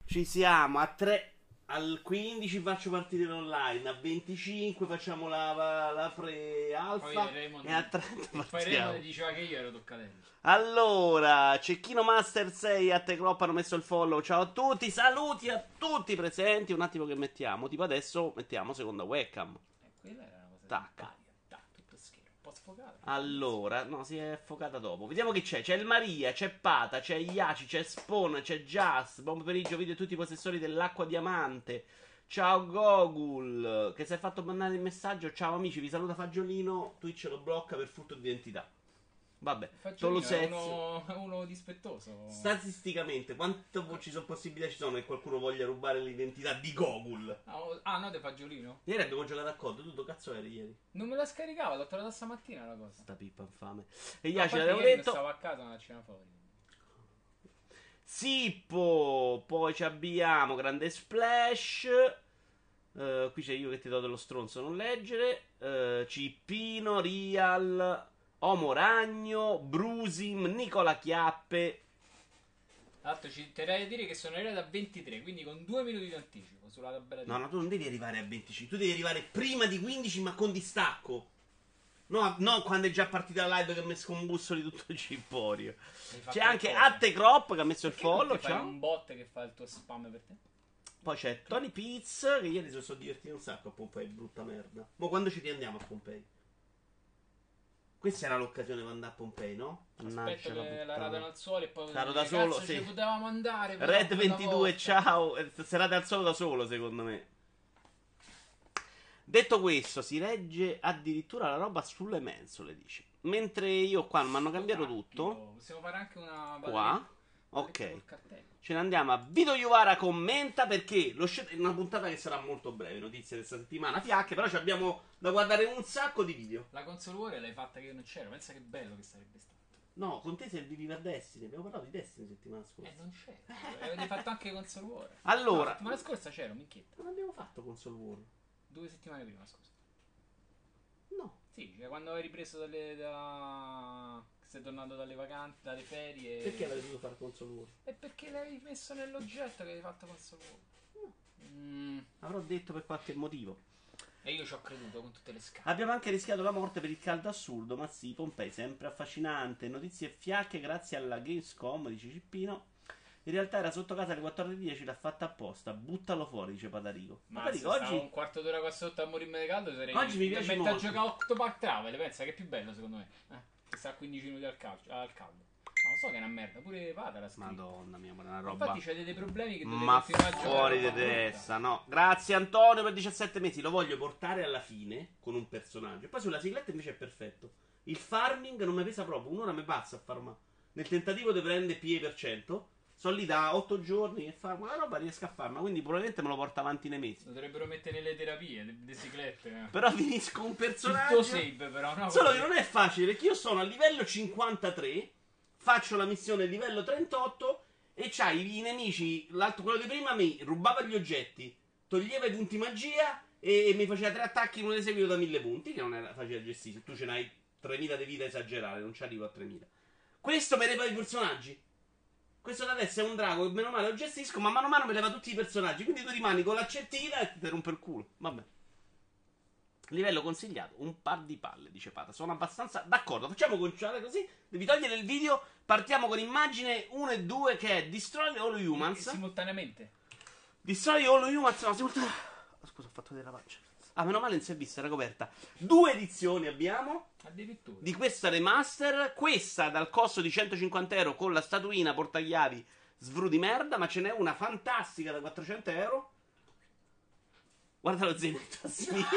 Ci siamo a 3. Al 15 faccio partire l'online, a 25 facciamo la Poi pre-alfa Raymond, e a 30 e poi partiamo. Raymond diceva che io ero toccatello. Allora, Cecchino Master 6 a Teclop hanno messo il follow. Ciao a tutti, saluti a tutti i presenti. Un attimo che mettiamo, tipo adesso mettiamo seconda webcam. Quella era una cosa Tac. simpatica. Tac, tutto schermo. Un po' sfocato. Allora, no, si è focata dopo. Vediamo chi c'è. C'è il Maria, c'è Pata, c'è Iaci, c'è Spawn, c'è Just. Buon pomeriggio, video a tutti i possessori dell'acqua diamante. Ciao Gogul, che si è fatto mandare il messaggio. Ciao amici, vi saluta Fagiolino. Twitch lo blocca per furto di identità. Vabbè, Fagiolino è Tolosezio. uno dispettoso. Statisticamente, quante ci sono possibilità ci sono che qualcuno voglia rubare l'identità di Gogul? No, De Fagiolino? Ieri abbiamo giocato a COD. Tu dove cazzo eri ieri? Non me la scaricava, l'ho trovata stamattina la cosa. Sta pippa infame. E No, Iaci a parte l'avevo ieri non detto. stavo a casa, ma cena fuori. Sippo, poi ci abbiamo Grande Splash. Qui c'è io che ti do dello stronzo non leggere. Cippino, Real, Omo Ragno, Brusim, Nicola Chiappe. Tra l'altro ci terrei a dire che sono arrivato a 23, quindi con 2 minuti di anticipo sulla tabella di... No, no, tu non devi arrivare a 25, tu devi arrivare prima di 15 ma con distacco. No, no, quando è già partita la live che ha messo un busso di tutto il cipporio. C'è anche Attecrop che ha messo il follow. Fai Ciao. un bot che fa il tuo spam per te? Poi c'è Tony Piz, che ieri si sono divertito un sacco a Pompei, brutta merda. Ma quando ci riandiamo a Pompei? Questa era l'occasione per andare a Pompei, no? Aspetta che la radano al suolo e poi Sarò da dire, solo, cazzo, sì. ci potevamo andare. però Red quella 22, volta. ciao. Serate al solo da solo, secondo me. Detto questo, si legge addirittura la roba sulle mensole, dice. Mentre io qua mi hanno cambiato tutto. Possiamo fare anche una Qua. valletta Ok. col cartello. Ce ne andiamo a Vito Iuvara commenta perché è una puntata che sarà molto breve, notizie di questa settimana, fiacche, però ci abbiamo da guardare un sacco di video. La console war l'hai fatta che io non c'ero, pensa che bello che sarebbe stato. No, con te servivi per Destiny, abbiamo parlato di Destiny settimana scorsa. Non c'ero. Avete fatto anche console war. Allora, No, la settimana scorsa c'ero, minchietta. non abbiamo fatto console war. 2 settimane prima, scusa. No. Sì, cioè quando hai ripreso sei tornato dalle vacanze, dalle ferie. Perché avrei dovuto fare console war? E perché l'avevi messo nell'oggetto che hai fatto console war? No. Avrò detto per qualche motivo. E io ci ho creduto con tutte le scale. Abbiamo anche rischiato la morte per il caldo assurdo, ma sì, Pompei sempre affascinante. Notizie fiacche grazie alla Gamescom, dice Cippino. In realtà era sotto casa alle 14:10, l'ha fatta apposta. Buttalo fuori, dice Patarico. Ma Patarico, se oggi... stavo un quarto d'ora qua sotto a morirmi di caldo sarei Oggi mi piace metto a molto. giocare a Octopath Travel, pensa che è più bello secondo me. Che sta a 15 minuti al caldo. No, so che è una merda, pure Vada la scritto. Madonna mia, ma è una roba... Infatti c'è dei problemi che dovete Ma continuare a giocare. fuori di testa, no. Grazie Antonio per 17 mesi. Lo voglio portare alla fine con un personaggio. E poi sulla sigletta invece è perfetto. Il farming non mi pesa proprio. Un'ora mi passa a farmare. Nel tentativo di prendere PA%. Sono lì da 8 giorni e farmo la roba, riesco a farla. Quindi probabilmente me lo porta avanti nei mesi. Lo dovrebbero mettere nelle terapie, le ciclette. Però finisco un Il personaggio. tuo save però, no? Solo che non è facile perché io sono a livello 53. Faccio la missione a livello 38. E c'hai i nemici. L'altro, quello di prima, mi rubava gli oggetti, toglieva i punti magia e mi faceva 3 attacchi in un eseguito da 1000 punti. Che non era facile da gestire. Se tu ce n'hai 3000 di vita, esagerare, non ci arrivo a 3000. Questo mi leva i personaggi. Questo da adesso è un drago che meno male lo gestisco, ma mano a mano mi leva tutti i personaggi. Quindi tu rimani con l'accettina e ti rompe il culo. Vabbè. Livello consigliato, un par di palle, dice Pata. Sono abbastanza d'accordo. Facciamo cominciare così. Devi togliere il video. Partiamo con immagine 1 e 2 che è Destroy All Humans. Simultaneamente. Destroy All Humans. No, simultaneamente. Scusa, ho fatto vedere la faccia. Ah, meno male non si è vista, era coperta. 2 edizioni abbiamo. Addirittura. Di questa remaster. Questa dal costo di 150 euro con la statuina portachiavi svru di merda. Ma ce n'è una fantastica da 400 euro. Guarda lo zainetto a sinistra.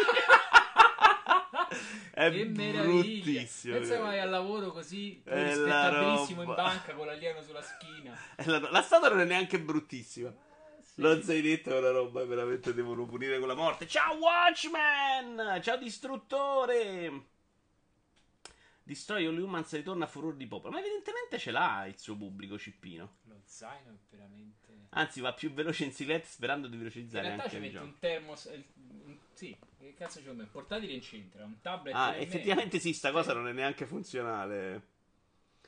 È che meraviglia. bruttissimo. Pensa che vai al lavoro così, È la rispettabilissimo in roba. banca con l'alieno sulla schiena. La statua non è neanche bruttissima. Sì. Lo zainetto è una roba veramente devono punire con la morte. Ciao Watchman! Ciao distruttore! Destroy All Humans ritorna a furor di popolo. Ma evidentemente ce l'ha il suo pubblico cippino. Lo zaino è veramente... Anzi va più veloce in sigletta sperando di In velocizzare realtà anche ci il metti gioco. un termos... Sì, che cazzo c'è un portatile in centro, un tablet Ah, nel effettivamente sì, sta cosa non è neanche funzionale.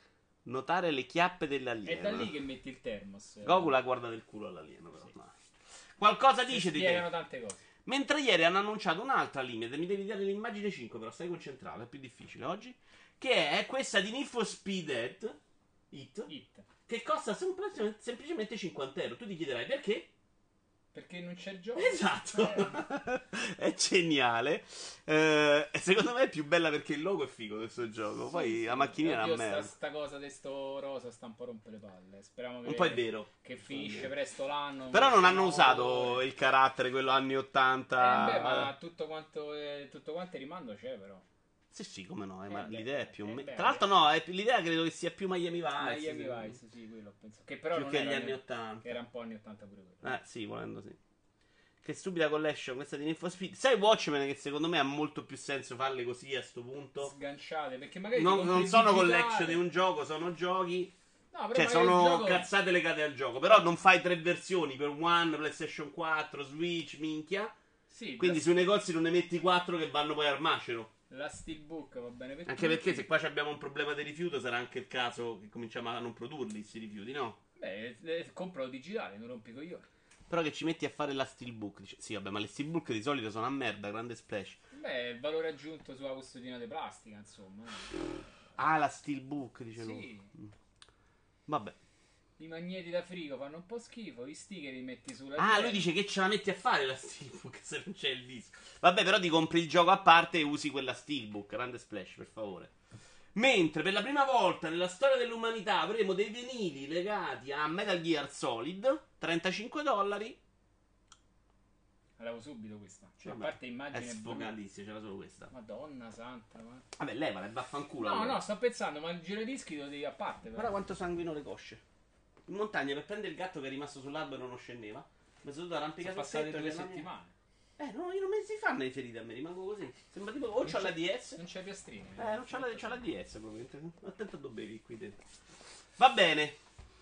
Notare le chiappe È dell'alieno. da lì che metti il thermos. Goku la guarda del culo all'alieno, però. No. Qualcosa dice di spiegano te. tante cose. Mentre ieri hanno annunciato un'altra limite. Mi devi dare l'immagine 5, però stai concentrato, è più difficile oggi. Che è questa di Need for Speed Hit. Che costa semplicemente 50 euro. Tu ti chiederai perché? Perché non c'è il gioco. Esatto. È geniale. Secondo me è più bella perché il logo è figo del suo gioco. Poi la macchinina è una merda. Sta cosa di sto rosa sta un po' rompe le palle. Speriamo che, Un po' è vero. Che finisce presto l'anno. Però non hanno no, usato il carattere, quello anni 80. Beh, ma tutto quanto il rimando c'è, però. Sì, come no, ma l'idea è più o meno. beh, Tra l'altro, no, l'idea credo che sia più Miami Vice. Miami Vice, sì, quello penso. Che però più non che era gli anni 80. Che era un po' anni 80 pure quello. Sì, volendo sì. Che stupida collection questa di Need for Speed. Sai Watchmen che secondo me ha molto più senso farle così a sto punto. Sganciate, perché magari Non sono collection di un gioco, sono giochi. No, però Cioè, sono gioco... cazzate legate al gioco. Però non fai 3 versioni per One, PlayStation 4, Switch, minchia. Sì, Quindi sui negozi non ne metti 4 che vanno poi al macero. La Steelbook va bene per Anche tutti. perché se qua abbiamo un problema di rifiuto sarà anche il caso che cominciamo a non produrli questi rifiuti, no? Beh, compro digitale, non rompi i coglioni. Però che ci metti a fare la Steelbook? Dice, sì, vabbè, ma le Steelbook di solito sono a merda, grande splash. Beh, il valore aggiunto sulla custodina di plastica, insomma. Ah, la Steelbook, dice Sì. lui. Vabbè. I magneti da frigo fanno un po' schifo, i sticker li metti sulla Ah, lui dice che ce la metti a fare la Steelbook se non c'è il disco. Vabbè, però ti compri il gioco a parte e usi quella Steelbook, grande splash, per favore. Mentre per la prima volta nella storia dell'umanità avremo dei vinili legati a Metal Gear Solid, $35. L'avevo subito questa. Cioè, Vabbè, a parte immagine è sfocatissima, c'era solo questa. Madonna santa, ma... Vabbè, levala e vaffanculo. No, allora. no, sto pensando, ma il giradischi lo devi a parte. Guarda quanto sanguino le cosce. In montagna per prendere il gatto che è rimasto sull'albero non scendeva. Mi sono dovuto arrampicare Sono sul passate tetto 2 che non- settimane. No, io non mi si fanno le ferite a me, rimango così. Sembra tipo o c'ho la DS. Non c'è piastrine. Non c'ho la DS probabilmente. Attento a dove bevi qui dentro. Va bene.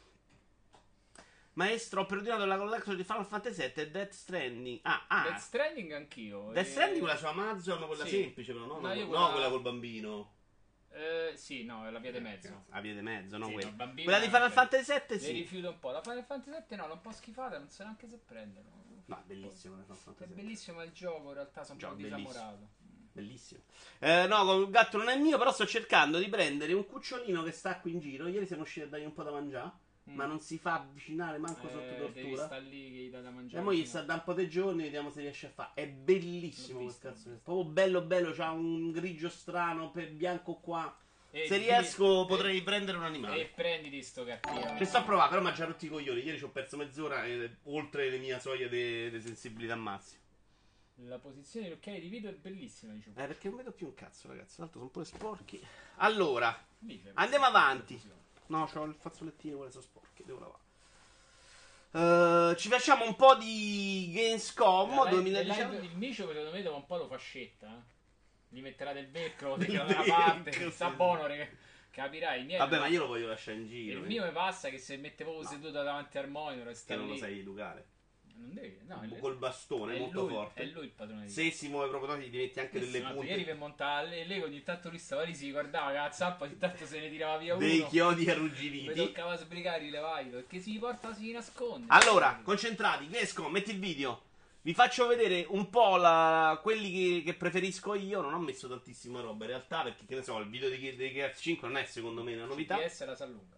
Maestro, ho preordinato la collection di Final Fantasy VII e Death Stranding. Death Stranding anch'io. Death Stranding quella su Amazon, quella Sì. semplice però, no? No, No, io no, quella col bambino. Sì, no, è la via di mezzo. A via di mezzo, no Sì, quella. no, bambino Quella di no, Final cioè, Fantasy VII Le sì. rifiuto un po'. La Final Fantasy 7 no, l'ho un po' schifata, non so neanche se prendere. No, è bellissimo Final È Fantasy VII. bellissimo il gioco, in realtà sono un po' Bellissimo. disamorato. Bellissimo. No, con il gatto non è mio, però sto cercando di prendere un cucciolino che sta qui in giro. Ieri siamo usciti a dargli un po' da mangiare, ma non si fa avvicinare manco sotto Devi tortura. stare lì che gli dà da E mangiare. mo gli sta da un po' di giorni, vediamo se riesce a fare. È bellissimo L'ho quel visto, cazzo. È proprio bello bello, c'ha un grigio strano, per bianco qua. E Se riesco potrei prendere un E animale. prenditi sto gattino. Ci sto a provare, però mi ha già rotto i coglioni. Ieri ci ho perso mezz'ora oltre le mie soglie di sensibilità massima. La posizione degli occhiali di video è bellissima, dicevo. Perché non vedo più un cazzo, ragazzi. Tra l'altro sono pure sporchi. Allora, Lì c'è andiamo questa avanti. confusione. No, c'ho il fazzolettino, quelle sono sporche, devo lavare. Ci facciamo un po' di Gamescom La live- 2019. il micio secondo me dopo un po' lo fascetta. Gli metterà del velcro, Del da una velcro, parte. sì. Sta buono, capirai. I miei Vabbè, ma io lo voglio lasciare in giro. il mio mi passa che se mette proprio seduto davanti al monitor e sta Che non lì. lo sai educare. Non devi, no, Col bastone, è molto lui, forte. È lui il padrone di Se si muove proprio tanto, gli metti anche delle Ieri punte. per montare lei ogni tanto lui stava lì, si guardava la zappa, ogni tanto se ne tirava via uno. Dei chiodi Mi arrugginiti. toccava sbrigare i levai perché si porta, si nasconde. Allora, concentrati, Gamescom, metti il video. Vi faccio vedere un po' quelli che preferisco io. Non ho messo tantissima roba in realtà, perché che ne so, il video di Gears 5 non è secondo me una novità. PS la s'allunga.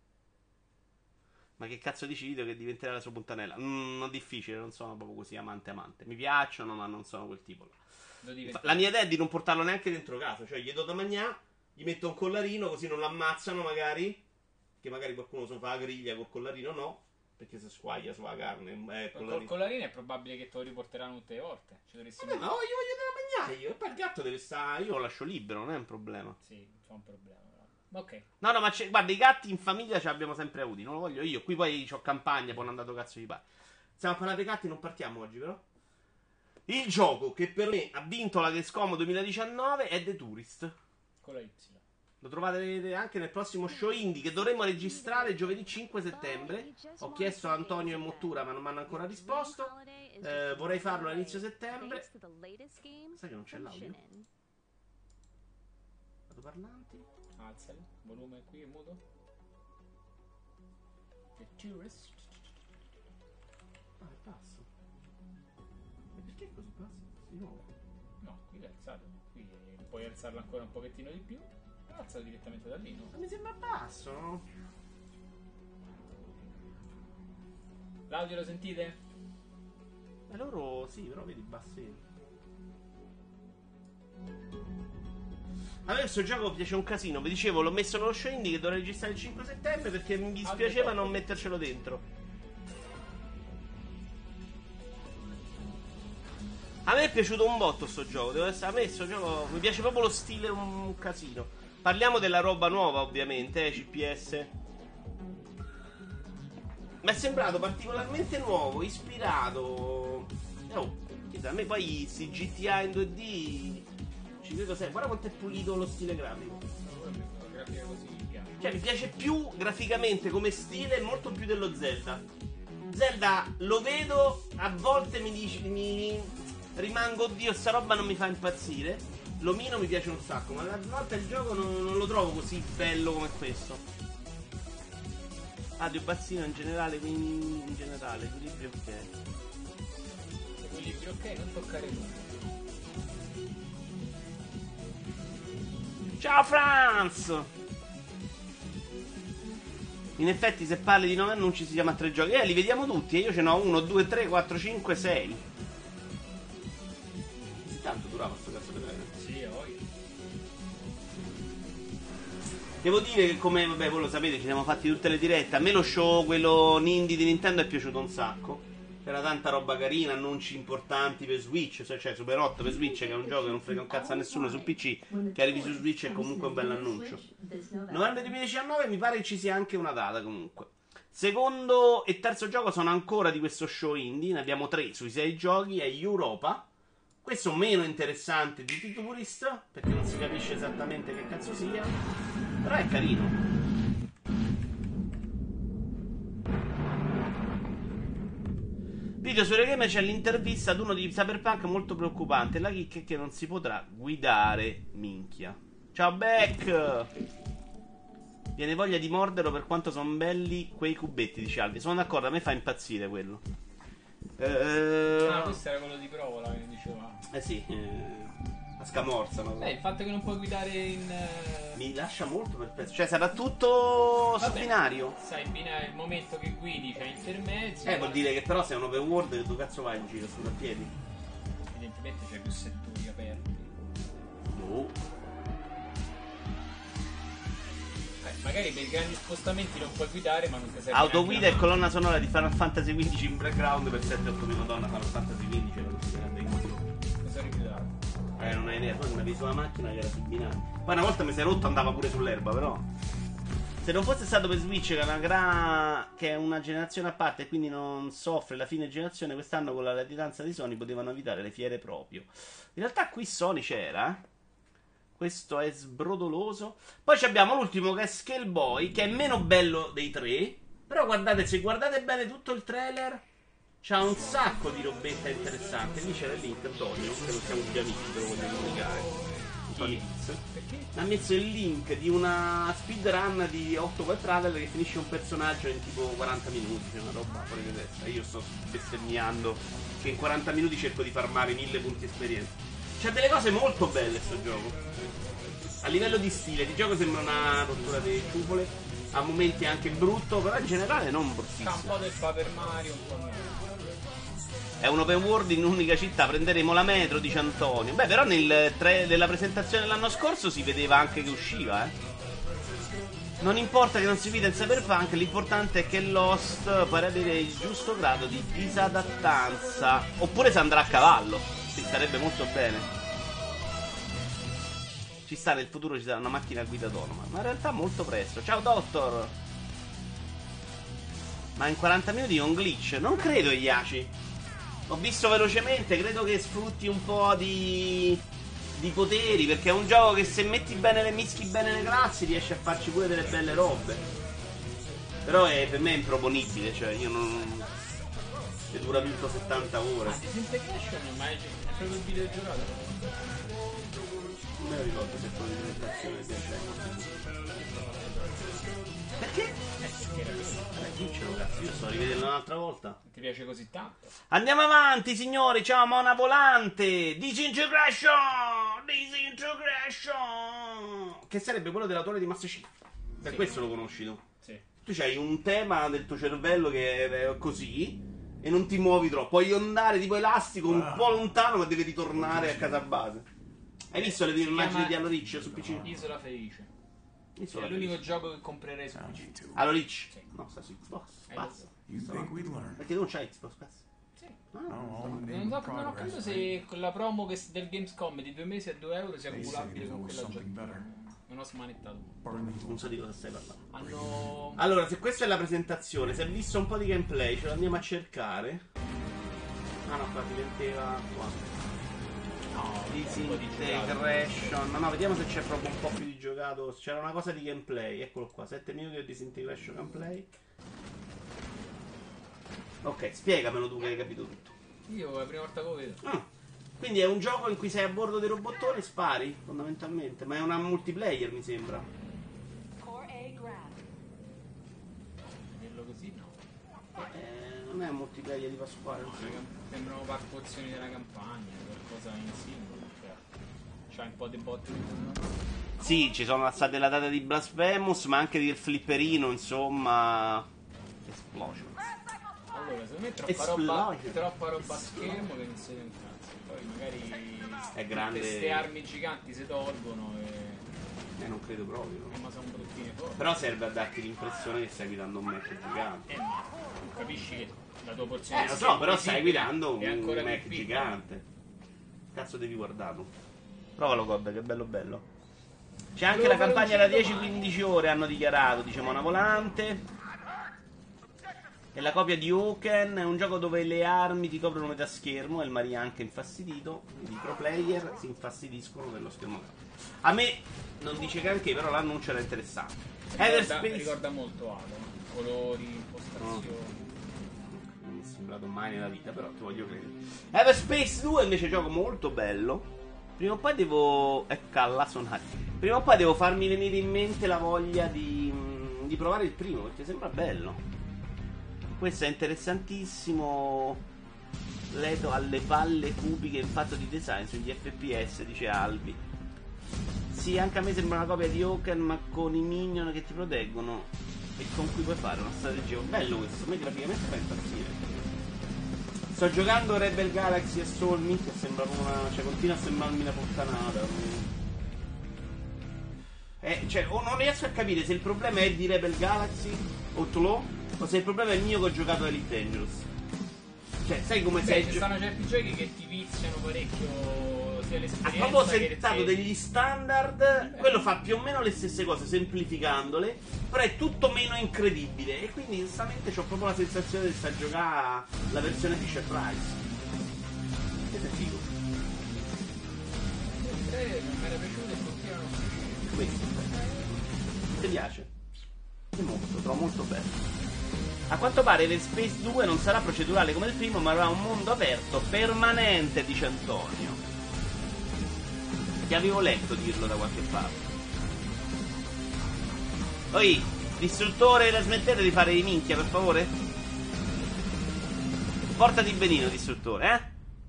Ma che cazzo dici video che diventerà la sua puntanella? Non difficile, non sono proprio così amante. Mi piacciono, ma non sono quel tipo là. Lo diventa. La mia idea è di non portarlo neanche dentro casa. Cioè, gli do da mangiare, gli metto un collarino, così non lo ammazzano magari. Che magari qualcuno se lo fa la griglia col collarino, no. Perché se squaglia sulla carne. Col collarino è probabile che te lo riporteranno tutte le volte. Ci dovresti Vabbè, ma io voglio da mangiare io. E poi il gatto deve stare. Io lo lascio libero, non è un problema. Sì, fa un problema. Ma ok. No, ma guarda, i gatti in famiglia ce li abbiamo sempre avuti. Non lo voglio io. Qui poi c'ho campagna, poi non andato cazzo di pare. Stiamo a parlare dei gatti, non partiamo oggi, però. Il gioco che per me ha vinto la Gamescom 2019 è The Tourist. Con la Y. Lo trovate anche nel prossimo show indie che dovremmo registrare giovedì 5 settembre. Ho chiesto a Antonio e Mottura, ma non mi hanno ancora risposto. Vorrei farlo all'inizio settembre. Sai che non c'è l'audio? Vado parlanti. Alzali. Volume qui è muto. Tourist. Ah, è basso. E perché è così basso? Di nuovo. No, qui l'hai alzato. Qui puoi alzarlo ancora un pochettino di più. Alzalo direttamente da lì, no? Ma mi sembra basso, no? L'audio lo sentite? E loro sì, però vedi bassi. A me questo gioco piace un casino. Vi dicevo, l'ho messo nello show indie che dovrei registrare il 5 settembre perché mi dispiaceva non mettercelo dentro. A me è piaciuto un botto sto gioco. Devo essere, a me sto gioco mi piace proprio lo stile un casino. Parliamo della roba nuova, ovviamente, CPS. Mi è sembrato particolarmente nuovo, ispirato. Oh, a me poi sti GTA in 2D ci credo sempre. Guarda quanto è pulito lo stile grafico. La grafica così mi piace. Cioè mi piace più graficamente come stile, molto più dello Zelda. Zelda lo vedo, a volte mi rimango, oddio, sta roba non mi fa impazzire. L'omino mi piace un sacco, ma a volte il gioco non lo trovo così bello come questo. Dio bazzino in generale, quindi in generale, equilibrio ok. Equilibrio ok, non toccare nulla. Ciao Franz! In effetti se parli di 9 annunci si chiama 3 giochi. Li vediamo tutti, io ce n'ho 1, 2, 3, 4, 5, 6. Tanto durava sto cazzo di trailer. Sì, poi. Devo dire che come, vabbè, voi lo sapete, ci siamo fatti tutte le dirette. A me lo show, quello indie di Nintendo è piaciuto un sacco. C'era tanta roba carina, annunci importanti per Switch, cioè Super 8 per Switch, che è un gioco che non frega un cazzo a nessuno su PC, che arrivi su Switch è comunque un bel annuncio. Novembre 2019 mi pare che ci sia anche una data comunque. Secondo e terzo gioco sono ancora di questo show indie, ne abbiamo 3 sui 6 giochi, è Europa. Questo meno interessante di T-Tourist, perché non si capisce esattamente che cazzo sia, però è carino. Video su Gamer c'è l'intervista ad uno di Cyberpunk molto preoccupante. La chicca è che non si potrà guidare, minchia. Ciao Beck! Viene voglia di morderlo per quanto sono belli quei cubetti, dice Alvi. Sono d'accordo, a me fa impazzire quello. Questo era quello di Provola che diceva. Sì, la scamorza, no? Il fatto che non puoi guidare in. Mi lascia molto perplesso. Cioè, sarà tutto su binario. Sai, il momento che guidi c'è intermezzo. Vuol dire che però se è un open world, che tu cazzo vai in giro? Sul a piedi? Evidentemente c'è più settori aperti. No. Magari per i grandi spostamenti non puoi guidare, ma non ti serve. Autoguida e colonna sonora di Final Fantasy XV in background per 7-8 mila donne. Final Fantasy XV era considerato in motivo. Mi sono rifiutato. Non hai idea, poi avevi sulla macchina che era su binari. Poi una volta mi si è rotto, andava pure sull'erba, però. Se non fosse stato per Switch, che è una generazione a parte e quindi non soffre la fine generazione, quest'anno con la latitanza di Sony potevano evitare le fiere proprio. In realtà qui Sony c'era, Questo è sbrodoloso. Poi abbiamo l'ultimo che è Scaleboy, che è meno bello dei tre. Però guardate, se guardate bene tutto il trailer, c'ha un sacco di robetta interessante. Lì c'era il link, Antonio, che non siamo più amici, te lo voglio comunicare. Tony Pizz ha messo il link di una speedrun di Octopath Traveler che finisce un personaggio in tipo 40 minuti. C'è una roba fuori di testa. Io sto bestemmiando che in 40 minuti cerco di farmare 1000 punti esperienza. C'ha delle cose molto belle sto gioco. A livello di stile, di gioco sembra una rottura di ciufole. A momenti anche brutto, però in generale non bruttissimo. C'ha un po' del Paper Mario, un po' no. È un open world in un'unica città, prenderemo la metro, dice Antonio. Beh, però nella presentazione dell'anno scorso si vedeva anche che usciva, Non importa che non si veda in Cyberpunk, l'importante è che Lost pare avere il giusto grado di disadattanza. Oppure se andrà a cavallo, sì, sarebbe molto bene. Ci sta, nel futuro ci sarà una macchina a guida autonoma, ma in realtà molto presto. Ciao Doctor! Ma in 40 minuti è un glitch? Non credo, Iaci. Ho visto velocemente, credo che sfrutti un po' di poteri, perché è un gioco che se metti bene mischi bene le classi riesci a farci pure delle belle robe. Però per me è improponibile, cioè io non... E dura tutto 70 ore. Ma Disintegration è proprio il video giocato? Non me lo ricordo se è proprio di presentazione di Perché? Che era così. Diccelo, cazzo, io sto a rivederlo un'altra volta. Ti piace così tanto? Andiamo avanti, signori. Ciao, Mona Volante. Disintegration. Disintegration. Che sarebbe quello dell'autore di Master Chief. Per Sì. questo lo conosci tu. Sì. Tu c'hai un tema del tuo cervello che è così e non ti muovi troppo. Puoi andare tipo elastico un po' lontano, ma devi ritornare a casa base. Hai visto le immagini chiama di Halo Reach su PC? Isola Felice. Isola È l'unico Felice. gioco che comprerei su PC. Halo Reach? Sì. No, sta su Xbox. Lo Pazzo. so. You think we'd learn? Perché tu non c'hai Xbox, cazzo? Sì. No, Non ho capito se con la promo del Gamescom di 2 mesi a 2 euro sia They say accumulabile there's con always quella something giornata. better. Non ho smanettato. Burn the non so di cosa stai parlando. Hanno. Allora, se questa è la presentazione, si è visto un po' di gameplay, ce l'andiamo a cercare. Ah no, qua si metteva qua. No, Disintegration. No, vediamo se c'è proprio un po' più di giocato. C'era una cosa di gameplay, eccolo qua, 7 minuti di Disintegration gameplay. Ok, spiegamelo tu che hai capito tutto. Io è la prima volta che lo vedo. Quindi è un gioco in cui sei a bordo dei robottoni e spari, fondamentalmente. Ma è una multiplayer, mi sembra. Core A grab. Vederlo così no. Non è un multiplayer di Pasquale. non so. Sembrano porzioni della campagna, qualcosa in singolo. Cioè, c'hai un po' di botte di Sì, ci sono state la data di Blasphemous, ma anche del flipperino, insomma. Explosion. Allora, secondo me è Esplosion. troppa roba a schermo che non si vede un cazzo. Poi magari È grande. queste armi giganti si tolgono Non credo proprio. ma sono bruttine poi. Però serve a darti l'impressione che stai guidando un Mac gigante. Ma capisci che la tua porzione di Lo so, schermo però stai visibile guidando è un ancora Mac più piccola. gigante. Cazzo devi guardarlo. Provalo, God, che bello bello. C'è anche Devo la fare un campagna da giro 10-15 ore, hanno dichiarato, diciamo, una volante. È la copia di Oaken, è un gioco dove le armi ti coprono metà schermo e il Maria anche infastidito. Quindi i pro player si infastidiscono per lo schermo. A me non dice granché, però l'annuncio era interessante. Ricorda molto Halo, colori, impostazioni. Non mi è sembrato mai nella vita, però ti voglio credere. Everspace 2 invece è un gioco molto bello. Prima o poi devo. Prima o poi devo farmi venire in mente la voglia di provare il primo, perché sembra bello. Questo è interessantissimo. Leto alle palle cubiche in fatto di design sugli FPS, dice Albi. Sì, anche a me sembra una copia di Oaken, ma con i minion che ti proteggono e con cui puoi fare una strategia. Bello questo, a me graficamente fa impazzire. Sto giocando Rebel Galaxy e Soul che sembra una. Cioè, continua a sembrarmi una puttanata. Cioè, o non riesco a capire se il problema è di Rebel Galaxy o Tolo, o se il problema è il mio che ho giocato Elite Dangerous. Cioè, sai come sei. Ci stanno certi giochi che ti viziano parecchio sia Ha l'esperienza proprio che settato il degli standard. Quello fa più o meno le stesse cose, semplificandole, però è tutto meno incredibile. E quindi, onestamente, ho proprio la sensazione di star giocare la versione Fisher Price. Questo è figo. non mi era piaciuto e continuano. Questo. Ti piace? È molto, trovo molto bello. A quanto pare Everspace 2 non sarà procedurale come il primo, ma avrà un mondo aperto permanente, dice Antonio. Che avevo letto dirlo da qualche parte. Oi, distruttore, la smettete di fare di minchia, per favore? Portati benino, distruttore, eh?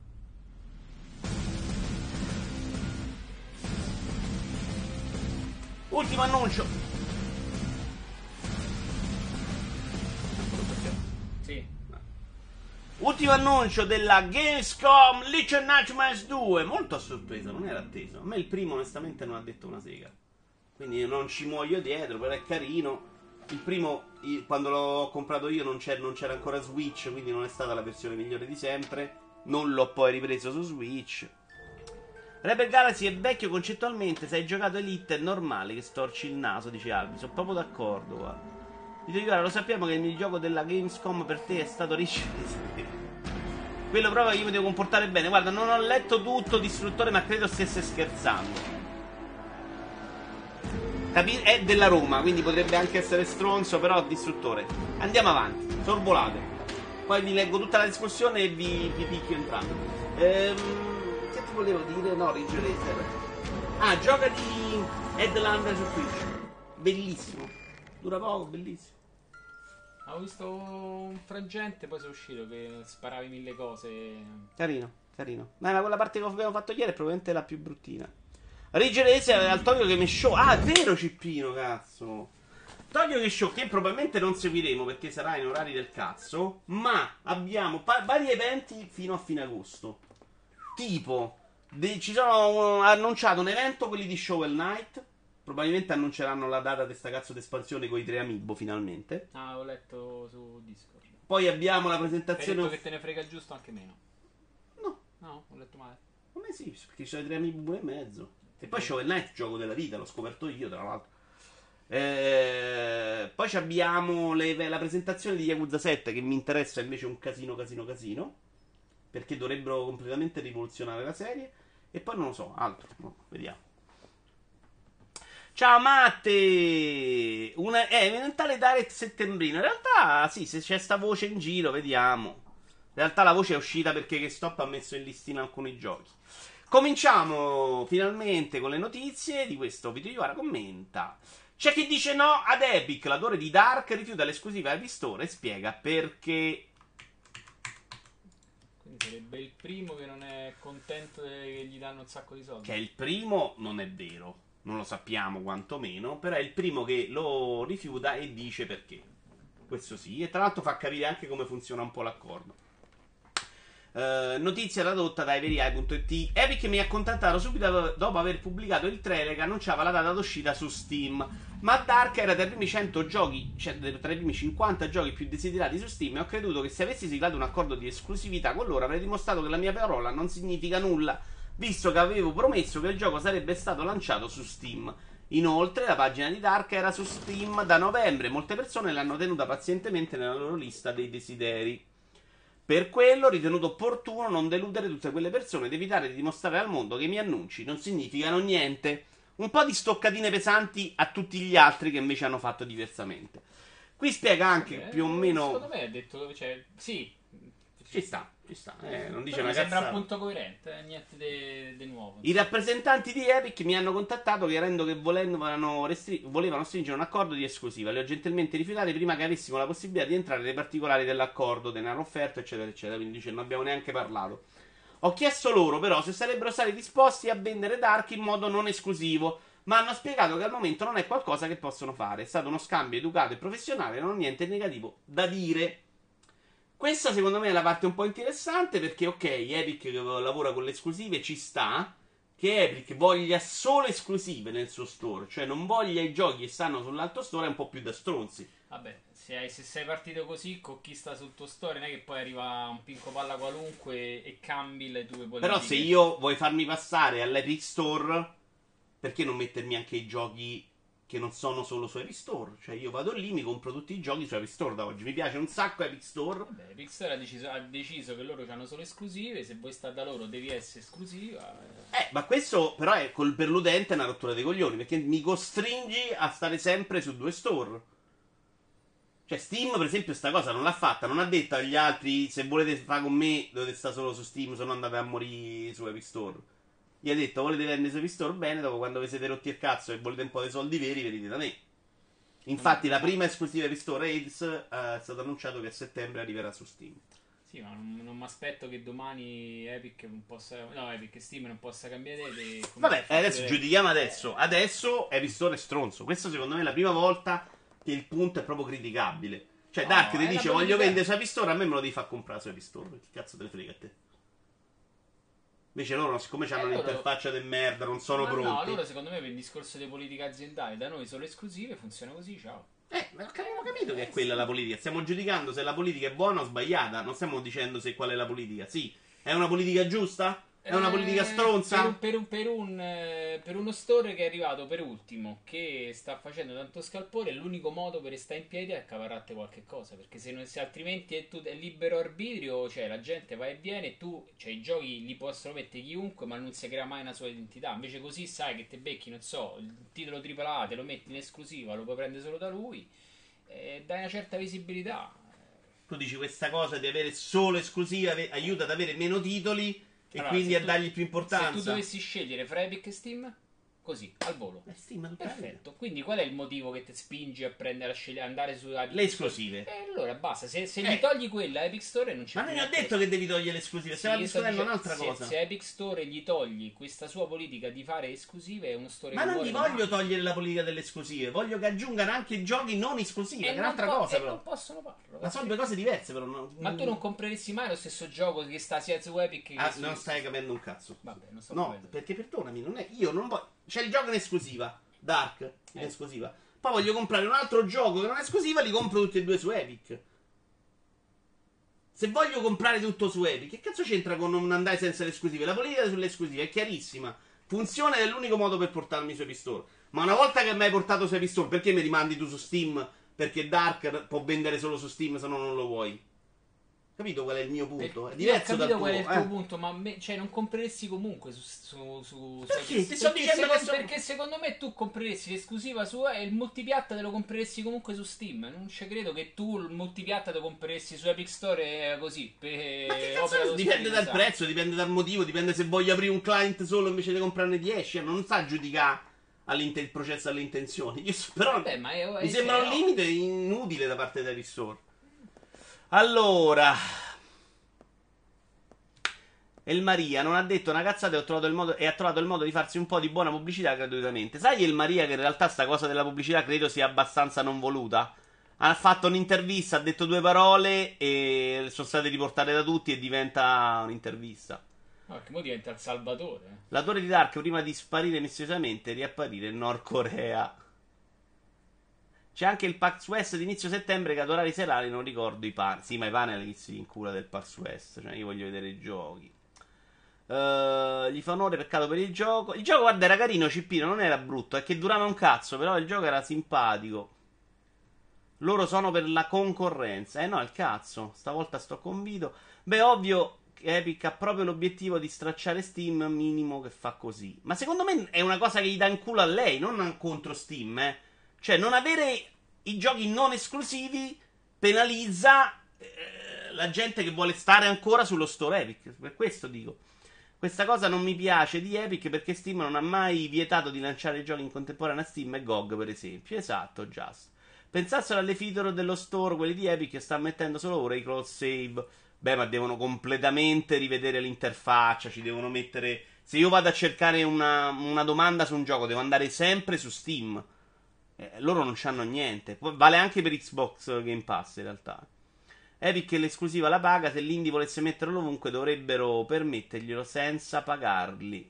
Ultimo annuncio. Sì. Ultimo annuncio della Gamescom Little Nightmares 2. Molto a sorpresa, non era atteso. A me il primo onestamente non ha detto una sega. Quindi non ci muoio dietro, però è carino. Il primo, quando l'ho comprato io, non c'era ancora Switch, quindi non è stata la versione migliore di sempre. Non l'ho poi ripreso su Switch. Rebel Galaxy è vecchio concettualmente. Se hai giocato Elite è normale che storci il naso, dice Albi. Sono proprio d'accordo, guarda. Lo sappiamo che il mio gioco della Gamescom per te è stato Rich. Quello proprio che io mi devo comportare bene. Guarda, non ho letto tutto, distruttore, ma credo stesse scherzando. È della Roma, quindi potrebbe anche essere stronzo, però distruttore. Andiamo avanti, sorvolate. Poi vi leggo tutta la discussione e vi picchio entrambi. Che ti volevo dire? No, Ridge Racer. Ah, gioca di Headlander su Twitch. Bellissimo. Dura poco, bellissimo. Ho visto un frangente, poi sono uscito che sparavi mille cose. Carino, carino. Ma quella parte che abbiamo fatto ieri è probabilmente la più bruttina. Rigerese al Tokyo Game Show. Ah, è vero, Cippino, cazzo. Tokyo Game Show che probabilmente non seguiremo perché sarà in orari del cazzo. Ma abbiamo vari eventi fino a fine agosto. Tipo, ci sono annunciato un evento, quelli di Shovel Knight. Probabilmente annunceranno la data di sta cazzo di espansione con i 3 amiibo finalmente. Ah, ho letto su Discord. Poi abbiamo la Hai presentazione. detto che te ne frega giusto anche meno. No, No, ho letto male. a me sì, perché ci sono i 3 amiibo pure e mezzo. E poi Shovel Knight, gioco della vita, l'ho scoperto io, tra l'altro. Poi abbiamo la presentazione di Yakuza 7 che mi interessa invece un casino. Perché dovrebbero completamente rivoluzionare la serie. E poi non lo so, altro. No, vediamo. Ciao Matte! Eventuale direct settembrino. In realtà, sì, se c'è sta voce in giro, vediamo. In realtà la voce è uscita perché GameStop ha messo in listina alcuni giochi. Cominciamo finalmente con le notizie di questo video. Iwara commenta. C'è chi dice no ad Epic, l'autore di Dark rifiuta l'esclusiva Epic Store e spiega perché. Quindi sarebbe il primo che non è contento che gli danno un sacco di soldi. Che è il primo, non è vero. Non lo sappiamo quantomeno, però è il primo che lo rifiuta e dice perché. Questo sì, e tra l'altro fa capire anche come funziona un po' l'accordo. Notizia tradotta da everyeye.it. Epic mi ha contattato subito dopo aver pubblicato il trailer che annunciava la data d'uscita su Steam. Ma Dark era tra i primi 100 giochi, cioè tra i primi 50 giochi più desiderati su Steam, e ho creduto che se avessi siglato un accordo di esclusività con loro avrei dimostrato che la mia parola non significa nulla, visto che avevo promesso che il gioco sarebbe stato lanciato su Steam. Inoltre la pagina di Dark era su Steam da novembre, molte persone l'hanno tenuta pazientemente nella loro lista dei desideri. Per quello ho ritenuto opportuno non deludere tutte quelle persone ed evitare di dimostrare al mondo che i miei annunci non significano niente. Un po' di stoccatine pesanti a tutti gli altri che invece hanno fatto diversamente. Qui spiega anche più o meno. Secondo me ha detto, cioè, sì. Ci sta. Non dice Però una mi sembra cazzata. appunto coerente, niente di nuovo. I rappresentanti di Epic mi hanno contattato chiarendo che volevano stringere un accordo di esclusiva. Li ho gentilmente rifiutati prima che avessimo la possibilità di entrare nei particolari dell'accordo, denaro offerto, eccetera, eccetera. Quindi dice non abbiamo neanche parlato. Ho chiesto loro però se sarebbero stati disposti a vendere Dark in modo non esclusivo, ma hanno spiegato che al momento non è qualcosa che possono fare. È stato uno scambio educato e professionale, non ho niente di negativo da dire. Questa secondo me è la parte un po' interessante perché ok, Epic che lavora con le esclusive ci sta, che Epic voglia solo esclusive nel suo store, cioè non voglia i giochi che stanno sull'altro store è un po' più da stronzi. Vabbè, se sei partito così con chi sta sul tuo store, non è che poi arriva un pinco palla qualunque e cambi le tue politiche. Però se io vuoi farmi passare all'Epic Store, perché non mettermi anche i giochi che non sono solo su Epic Store? Cioè io vado lì, mi compro tutti i giochi su Epic Store da oggi. Mi piace un sacco Epic Store. Vabbè, Epic Store ha deciso che loro hanno solo esclusive, se vuoi stare da loro devi essere esclusiva. Ma questo però è per l'utente una rottura dei coglioni, perché mi costringi a stare sempre su 2 store. Cioè Steam per esempio sta cosa non l'ha fatta, non ha detto agli altri se volete fare con me dovete stare solo su Steam, se no andate a morire su Epic Store. Gli ha detto volete vendere su Epic Store bene, dopo quando vi siete rotti il cazzo e volete un po' di soldi veri venite da me. Infatti la prima esclusiva Epic Store AIDS è stato annunciato che a settembre arriverà su Steam. Sì, ma non mi aspetto che domani Epic Steam non possa cambiare idea. Vabbè, adesso giudichiamo adesso. Adesso Epic Store è stronzo. Questo secondo me è la prima volta che il punto è proprio criticabile. Cioè Dark ti dice voglio vendere su Epic Store, a me me lo devi far comprare su Epic Store. Che cazzo te ne frega a te? Invece loro, siccome hanno un'interfaccia di merda, non sono pronti. No, loro secondo me per il discorso di politica aziendale, da noi solo esclusive, funziona così, ciao. Ma abbiamo capito che è quella la politica. Stiamo giudicando se la politica è buona o sbagliata. Non stiamo dicendo se qual è la politica. Sì, è una politica giusta? È una politica stronza? Per uno store che è arrivato per ultimo, che sta facendo tanto scalpore, l'unico modo per stare in piedi è cavarate qualche cosa. Perché se altrimenti è libero arbitrio, cioè la gente va e viene, e tu, cioè i giochi li possono mettere chiunque, ma non si crea mai una sua identità. Invece così sai che te becchi, non so, il titolo AAA, te lo metti in esclusiva, lo puoi prendere solo da lui, e dai una certa visibilità. Tu dici questa cosa di avere solo esclusiva aiuta ad avere meno titoli. E Allora, quindi a dargli più se importanza. tu dovessi scegliere fra Epic e Steam, Così, al volo. Steam è tutta la vita. Perfetto. Quindi qual è il motivo che ti spinge a prendere a scegliere andare su Epic Le Store? esclusive. E allora basta, se gli togli quella Epic Store non c'è Ma più non gli ho niente. detto che devi togliere le esclusive, stiamo Sì, io sto discutendo dicendo, un'altra cosa. se Epic Store gli togli questa sua politica di fare esclusive, è uno store Ma che non muore gli domani. voglio togliere la politica delle esclusive, voglio che aggiungano anche i giochi non esclusivi, che è non un'altra po- cosa e però. non possono farlo. Ma sono due cose diverse però. Ma tu non compreresti mai lo stesso gioco che sta sia su Epic che su... Non stai capendo un cazzo. Vabbè, non sto No, capendo. perché perdonami, non è io non voglio. C'è il gioco in esclusiva, Dark in esclusiva. Poi voglio comprare un altro gioco che non è esclusiva, li compro tutti e due su Epic. Se voglio comprare tutto su Epic, che cazzo c'entra con non andare senza le esclusive? La politica sulle esclusive è chiarissima. Funziona ed è l'unico modo per portarmi su Epic Store. Ma una volta che mi hai portato su Epic Store, perché mi rimandi tu su Steam? Perché Dark può vendere solo su Steam, se no non lo vuoi. Capito qual è il mio punto? È diverso dal tuo. Qual è il tuo punto, ma cioè non compreresti comunque su Perché? Epic. Ti sto dicendo che Perché secondo me tu compreresti l'esclusiva su e il multipiatta te lo compreresti comunque su Steam. Non ci credo che tu il multipiatta te lo compreresti su Epic Store così. Ma che cazzo dipende dal prezzo, dipende dal motivo, dipende se voglio aprire un client solo invece di comprarne 10. Non sta a giudicare il processo alle intenzioni. Però Vabbè, ma mi sembra un limite inutile da parte dell'Epic Store. Allora, El Maria non ha detto una cazzata e ha trovato il modo di farsi un po' di buona pubblicità gratuitamente. Sai El Maria che in realtà sta cosa della pubblicità credo sia abbastanza non voluta? Ha fatto un'intervista, ha detto due parole e sono state riportate da tutti e diventa un'intervista. No, che mo diventa il Salvatore. L'autore di Dark prima di sparire misteriosamente riapparire in Nord Corea. C'è anche il PAX West di inizio settembre che ad orari serali non ricordo i panel. Sì, ma i panel chi si incula del PAX West. Cioè, io voglio vedere i giochi. Gli fa onore, peccato per il gioco. Il gioco, guarda, era carino, Cippino, non era brutto. È che durava un cazzo, però il gioco era simpatico. Loro sono per la concorrenza. No, il cazzo. Stavolta sto convinto. Beh, ovvio che Epic ha proprio l'obiettivo di stracciare Steam, minimo che fa così. Ma secondo me è una cosa che gli dà in culo a lei, non contro Steam, Cioè, non avere i giochi non esclusivi penalizza la gente che vuole stare ancora sullo store Epic. Per questo dico. Questa cosa non mi piace di Epic perché Steam non ha mai vietato di lanciare i giochi in contemporanea a Steam e GOG, per esempio. Esatto, just. Pensassero alle feature dello store, quelli di Epic, che sta mettendo solo ora i cross save. Beh, ma devono completamente rivedere l'interfaccia, ci devono mettere... Se io vado a cercare una domanda su un gioco, devo andare sempre su Steam. Loro non c'hanno niente. Vale anche per Xbox Game Pass in realtà. Epic l'esclusiva la paga. Se l'indie volesse metterlo ovunque dovrebbero permetterglielo senza pagarli.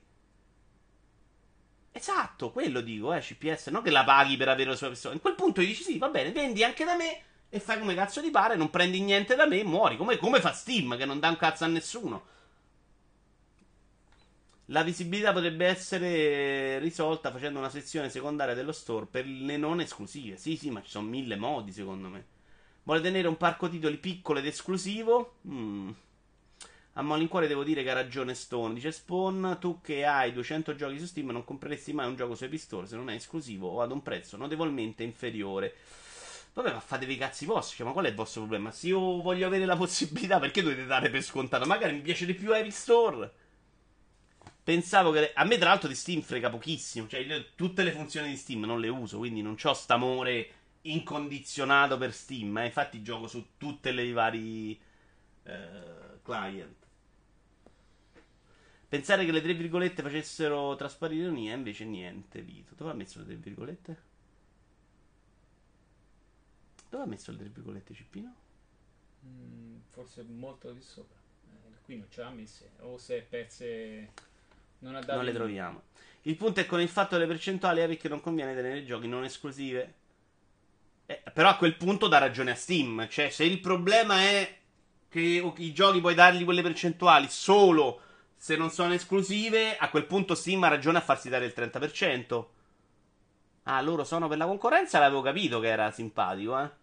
Esatto, quello dico, CPS. Non che la paghi per avere la sua persona. In quel punto gli dici sì, va bene, vendi anche da me e fai come cazzo ti pare, non prendi niente da me, muori. Come fa Steam che non dà un cazzo a nessuno. La visibilità potrebbe essere risolta facendo una sezione secondaria dello store per le non esclusive. Sì, ma ci sono 1000 modi, secondo me. Vuole tenere un parco titoli piccolo ed esclusivo? A malincuore devo dire che ha ragione Stone. Dice Spawn, tu che hai 200 giochi su Steam non compreresti mai un gioco su Epic Store se non è esclusivo o ad un prezzo notevolmente inferiore. Vabbè, ma fatevi i cazzi vostri, cioè, ma qual è il vostro problema? Se io voglio avere la possibilità, perché dovete dare per scontato? Magari mi piace di più Epic Store. Pensavo che... A me tra l'altro di Steam frega pochissimo. Cioè io tutte le funzioni di Steam non le uso, quindi non c'ho st'amore incondizionato per Steam. Infatti gioco su tutte le vari client. Pensare che le tre virgolette facessero trasparire ironia, invece niente, Vito. Dove ha messo le tre virgolette? Dove ha messo le tre virgolette, Cippino? Forse molto di sopra. Qui non ce l'ha messe. O se è perse... Non le troviamo. Il punto è con il fatto delle percentuali Epic non conviene tenere giochi non esclusive. Però a quel punto dà ragione a Steam. Cioè, se il problema è che i giochi puoi dargli quelle percentuali solo se non sono esclusive, a quel punto Steam ha ragione a farsi dare il 30%. Ah, loro sono per la concorrenza? L'avevo capito che era simpatico,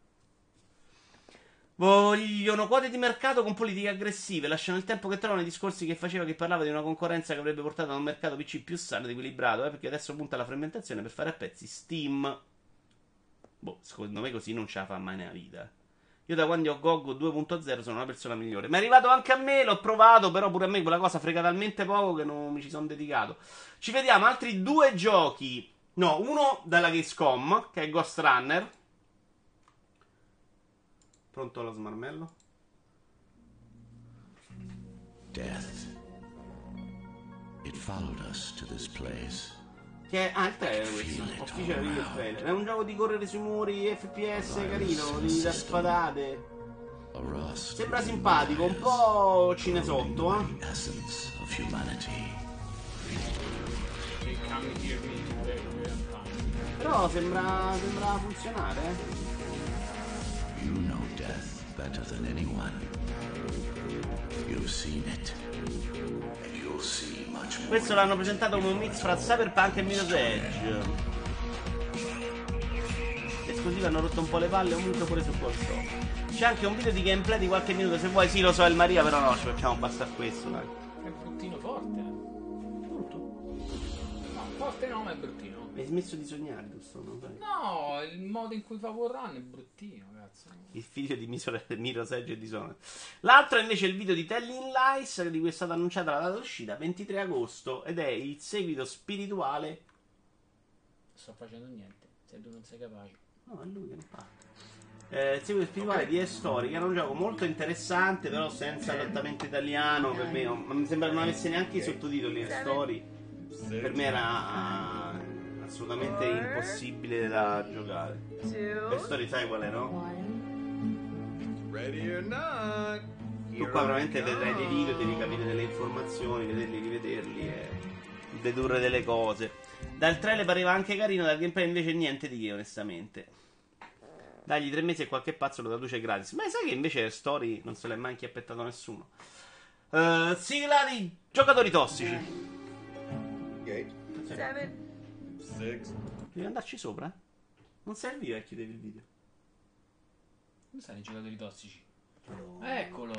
Vogliono quote di mercato con politiche aggressive. Lasciano il tempo che trovano i discorsi che faceva, che parlava di una concorrenza che avrebbe portato a un mercato PC più sano ed equilibrato, perché adesso punta alla frammentazione per fare a pezzi Steam. Secondo me così non ce la fa mai nella vita. Io da quando ho GOG 2.0 sono una persona migliore. Ma è arrivato anche a me, l'ho provato, però pure a me quella cosa frega talmente poco che non mi ci sono dedicato. Ci vediamo altri 2 giochi. No, uno dalla Gamescom, che è Ghost Runner. Pronto lo smarmello? Death. It followed us to this place. Che è, il trailer questo. Official video trailer. È un gioco di correre sui muri, FPS carino, di da spadate. A rust. Sembra simpatico, un po' cinesotto, The essence of humanity. Che come here me, Però sembra funzionare, You know death better than anyone. You've seen it. And you'll see much more. Questo l'hanno presentato come un mix fra Cyberpunk e Mirror's Edge. Esclusivi hanno rotto un po' le palle, comunque pure su console. C'è anche un video di gameplay di qualche minuto se vuoi. Sì, lo so, il Maria, però no, ci facciamo bastare questo, dai. È bruttino forte. Punto. No, forte no, ma è bruttino. Hai smesso di sognare, giusto? Non sai? No, il modo in cui fa Warrun è bruttino, cazzo. Il video di Mirror's Edge e di Dishonored. L'altro è invece il video di Telling Lies, di cui è stata annunciata la data d'uscita 23 agosto ed è il seguito spirituale. Non sto facendo niente, se tu non sei capace. No, è lui che non parla. Il seguito spirituale di E-Story, che era un gioco molto interessante, però senza adattamento italiano. Per me non, mi sembra non avesse neanche i sottotitoli. E-Story per me era assolutamente impossibile da giocare. E-Story sai qual è, no? Ready or not. Tu qua veramente vedrai dei video, devi capire delle informazioni, vederli, rivederli e dedurre delle cose. Dal trailer pareva anche carino, dal gameplay invece niente di che, onestamente. Dagli 3 mesi e qualche pazzo lo traduce gratis. Ma sai che invece Story non se l'è mai inchiappettato nessuno. Sigla di giocatori tossici. Gate. 7, 6. Devi andarci sopra? Non serve a chiudere il video. Come stanno i giocatori tossici? Eccolo.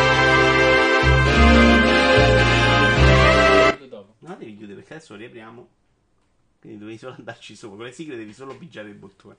Dopo. No, devi chiudere perché adesso lo riapriamo. Quindi devi solo andarci sopra. Con le sigle devi solo pigiare il bottone.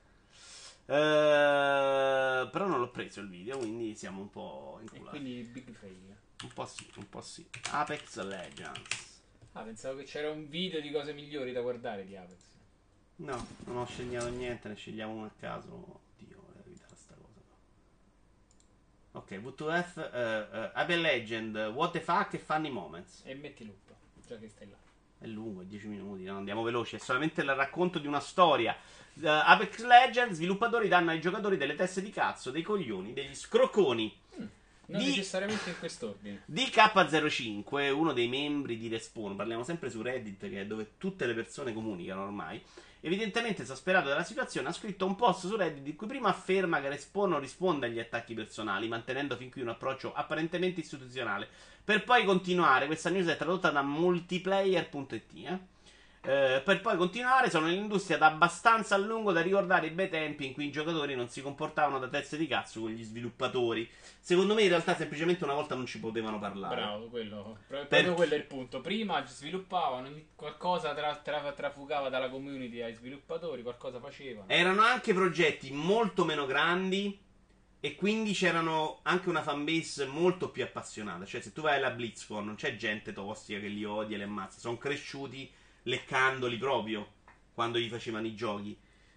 Però non l'ho preso il video, quindi siamo un po' E inculati. quindi big fail. Un po' sì, un po' sì. Apex Legends. Ah, pensavo che c'era un video di cose migliori da guardare di Apex. No, non ho scegliato niente, ne scegliamo uno a caso. Oddio, vorrei evitare sta cosa. Ok, W2F, Apex Legend, What the fuck e Funny Moments. E metti loop, già che stai là. È lungo, è 10 minuti, no? Andiamo veloci. È solamente il racconto di una storia. Apex Legends, sviluppatori danno ai giocatori delle teste di cazzo, dei coglioni, degli scrocconi. Non Di- necessariamente in quest'ordine. DK05, uno dei membri di Respawn, parliamo sempre su Reddit, che è dove tutte le persone comunicano ormai. Evidentemente esasperato dalla situazione, ha scritto un post su Reddit in cui prima afferma che Respawn non risponde agli attacchi personali, mantenendo fin qui un approccio apparentemente istituzionale, per poi continuare. Questa news è tradotta da multiplayer.it. Per poi continuare, sono nell'industria da abbastanza a lungo da ricordare i bei tempi in cui i giocatori non si comportavano da teste di cazzo con gli sviluppatori. Secondo me in realtà semplicemente una volta non ci potevano parlare. Bravo, proprio quello è il punto. Prima sviluppavano qualcosa, trafugava dalla community ai sviluppatori, qualcosa facevano. Erano anche progetti molto meno grandi e quindi c'erano anche una fanbase molto più appassionata. Cioè se tu vai alla BlizzCon non c'è gente tossica che li odia e li ammazza, sono cresciuti leccandoli proprio quando gli facevano i giochi.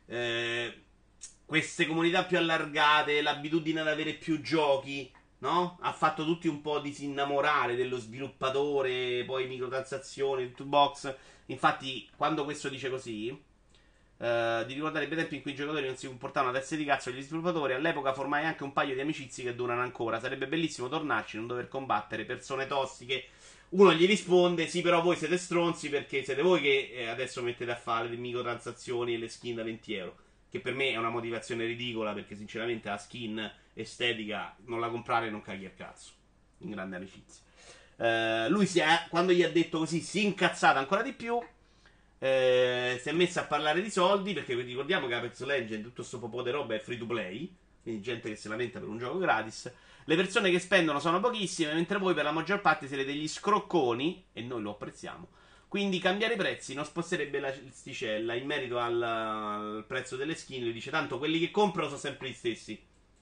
Queste comunità più allargate, l'abitudine ad avere più giochi, no? Ha fatto tutti un po' disinnamorare dello sviluppatore, poi microtransazioni, loot box. Infatti, quando questo dice così, di ricordare i bei tempi in cui i giocatori non si comportavano a teste di cazzo agli sviluppatori, all'epoca formai anche un paio di amicizie che durano ancora. Sarebbe bellissimo tornarci, non dover combattere persone tossiche. Uno gli risponde: sì, però voi siete stronzi perché siete voi che adesso mettete a fare le microtransazioni e le skin da 20 euro. Che per me è una motivazione ridicola, perché sinceramente la skin estetica non la comprare non caghi al cazzo. In grande amicizia. Lui quando gli ha detto così si è incazzato ancora di più. Si è messo a parlare di soldi, perché ricordiamo che Apex Legends, tutto sto popò di roba è free to play, quindi gente che si lamenta per un gioco gratis. Le persone che spendono sono pochissime, mentre voi per la maggior parte siete degli scrocconi, e noi lo apprezziamo. Quindi cambiare i prezzi non sposterebbe l'asticella. In merito al prezzo delle skin, lui dice: tanto quelli che comprano sono sempre gli stessi.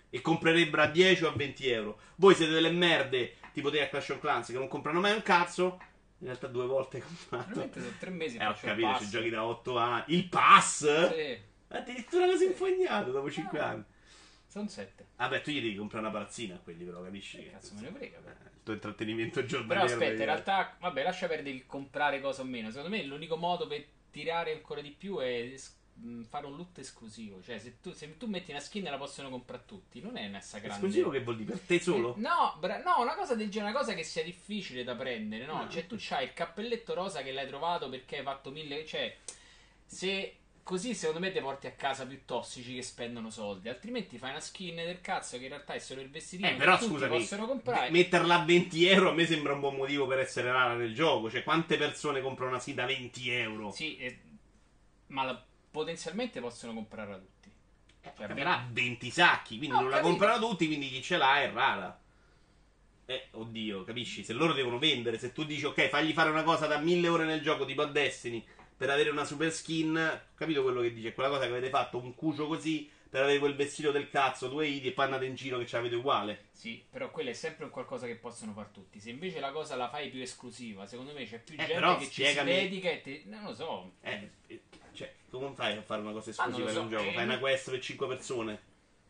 e comprerebbero a 10 o a 20 euro. Voi siete delle merde, tipo te a Clash of Clans, che non comprano mai un cazzo. In realtà 2 volte comprato. Veramente sono 3 mesi. Ho faccio il capito, pass. ci giochi da 8 anni. Il pass? Sì. Addirittura così infognato dopo 5 anni. Sono 7. Vabbè, tu gli devi comprare una palazzina a quelli, però, capisci? Che Cazzo me ne frega. Però. il tuo intrattenimento Però giornaliero. aspetta, in realtà, vabbè, lascia perdere il comprare cosa o meno. Secondo me l'unico modo per tirare ancora di più è fare un loot esclusivo. Cioè, se tu metti una skin la possono comprare tutti. Non è una grande. Esclusivo che vuol dire? Per te solo? No, no, una cosa del genere, una cosa che sia difficile da prendere, no? Cioè, tu c'hai il cappelletto rosa che l'hai trovato perché hai fatto 1000. Cioè, se. Così secondo me ti porti a casa più tossici che spendono soldi. Altrimenti fai una skin del cazzo che in realtà è solo il vestitino Però che tutti scusami, possono comprare. metterla a 20 euro a me sembra un buon motivo per essere rara nel gioco. Cioè, quante persone comprano una skin da 20 euro? Sì, ma potenzialmente possono comprarla tutti. Cioè, Capirà 20 sacchi, quindi No, non la capito. comprano tutti, quindi chi ce l'ha è rara. Oddio, capisci? Se loro devono vendere, se tu dici ok, fagli fare una cosa da 1000 ore nel gioco tipo a Destiny per avere una super skin, capito quello che dice? Quella cosa che avete fatto, un cucio così per avere quel vestito del cazzo, 2 idi e poi andate in giro che ce l'avete uguale. Sì, però quello è sempre un qualcosa che possono far tutti. Se invece la cosa la fai più esclusiva, secondo me c'è più gente però che spiegami- ci si dedica e non lo so. Cioè, come fai a fare una cosa Ah, non esclusiva lo in so, un gioco? Fai no. una quest per 5 persone.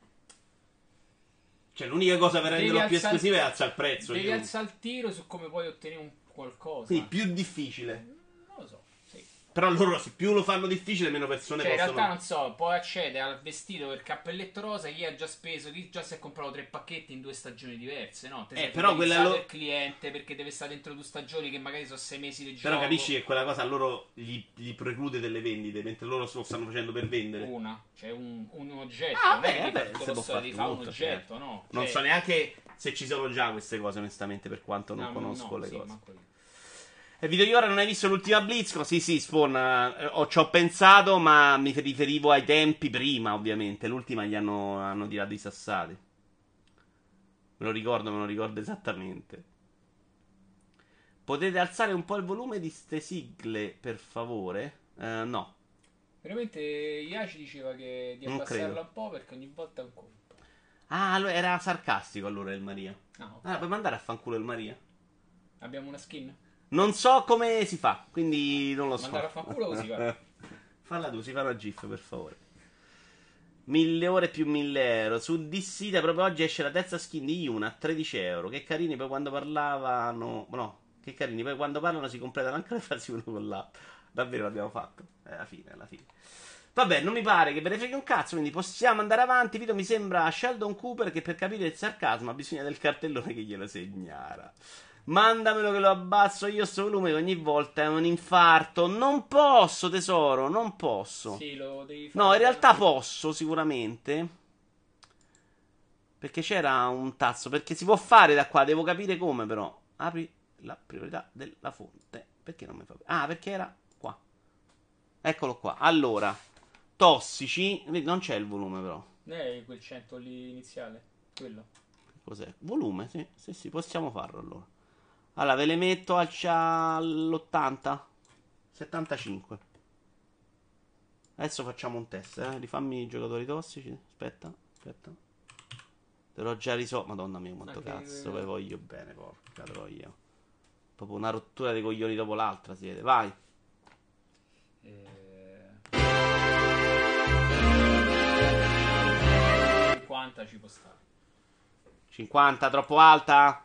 Cioè, l'unica cosa per renderlo più esclusivo è alzare il prezzo. Devi io- alzare il tiro su come puoi ottenere un qualcosa. Quindi più difficile. Non lo so, sì. Però loro, se più lo fanno difficile, meno persone Cioè, in possono. realtà non so, puoi accedere al vestito del cappelletto rosa, chi ha già speso, chi già si è comprato 3 pacchetti in 2 stagioni diverse, no? Te sei però quella fidelizzato lo- il cliente perché deve stare dentro 2 stagioni che magari sono 6 mesi di gioco. Però capisci che quella cosa a loro gli preclude delle vendite, mentre loro lo stanno facendo per vendere. Una, cioè un oggetto. Ah, non è beh, che vabbè, tutto se lo può sto fare di fare un tutto, oggetto, no? Non Cioè, so neanche se ci sono già queste cose, onestamente, per quanto non no, conosco no, le sì, cose. manco io. E Vito Iora, non hai visto l'ultima BlizzCon? Sì, Spawn, ci ho pensato, ma mi riferivo ai tempi prima, ovviamente. L'ultima gli hanno tirato i sassati. Me lo ricordo esattamente. Potete alzare un po' il volume di ste sigle, per favore? No. Veramente Iaci diceva che di Non abbassarla credo. un po' perché ogni volta è un colpo. Ah, allora era sarcastico allora il Maria. No, Ah, puoi mandare a fanculo il Maria? abbiamo una skin? Non so come si fa, quindi non lo so. Mandare a fanculo così va. Falla tu, si fa una GIF per favore. 1000 ore più 1000 euro. Su DC proprio oggi esce la terza skin di Yuna a 13 euro. Che carini, poi quando parlavano. No, che carini, poi quando parlano si completano anche le frasi uno con l'altro. Davvero l'abbiamo fatto. Alla fine. Vabbè, non mi pare che ve ne freghi un cazzo, quindi possiamo andare avanti. Vito mi sembra Sheldon Cooper che per capire il sarcasmo ha bisogno del cartellone che glielo segnala. Mandamelo che lo abbasso io sto volume che ogni volta è un infarto. Non posso, tesoro, non posso. Sì, lo devi fare. No, in realtà posso, sicuramente. Perché c'era un tasto. Perché si può fare da qua, devo capire come però. Apri la priorità della fonte. Perché non mi fa... Ah, perché era qua. Eccolo qua. Allora, tossici. Vedi, non c'è il volume però. Quel 100 lì iniziale. Quello. Cos'è? Volume, sì, possiamo farlo allora. Allora, ve le metto all'80. 75. Adesso facciamo un test, Rifammi i giocatori tossici. Aspetta. Te l'ho già risolto. Madonna mia, quanto Anche cazzo ve voglio bene, porca troia. Proprio una rottura dei coglioni dopo l'altra, siete. Vai. 50 ci può stare. 50, troppo alta?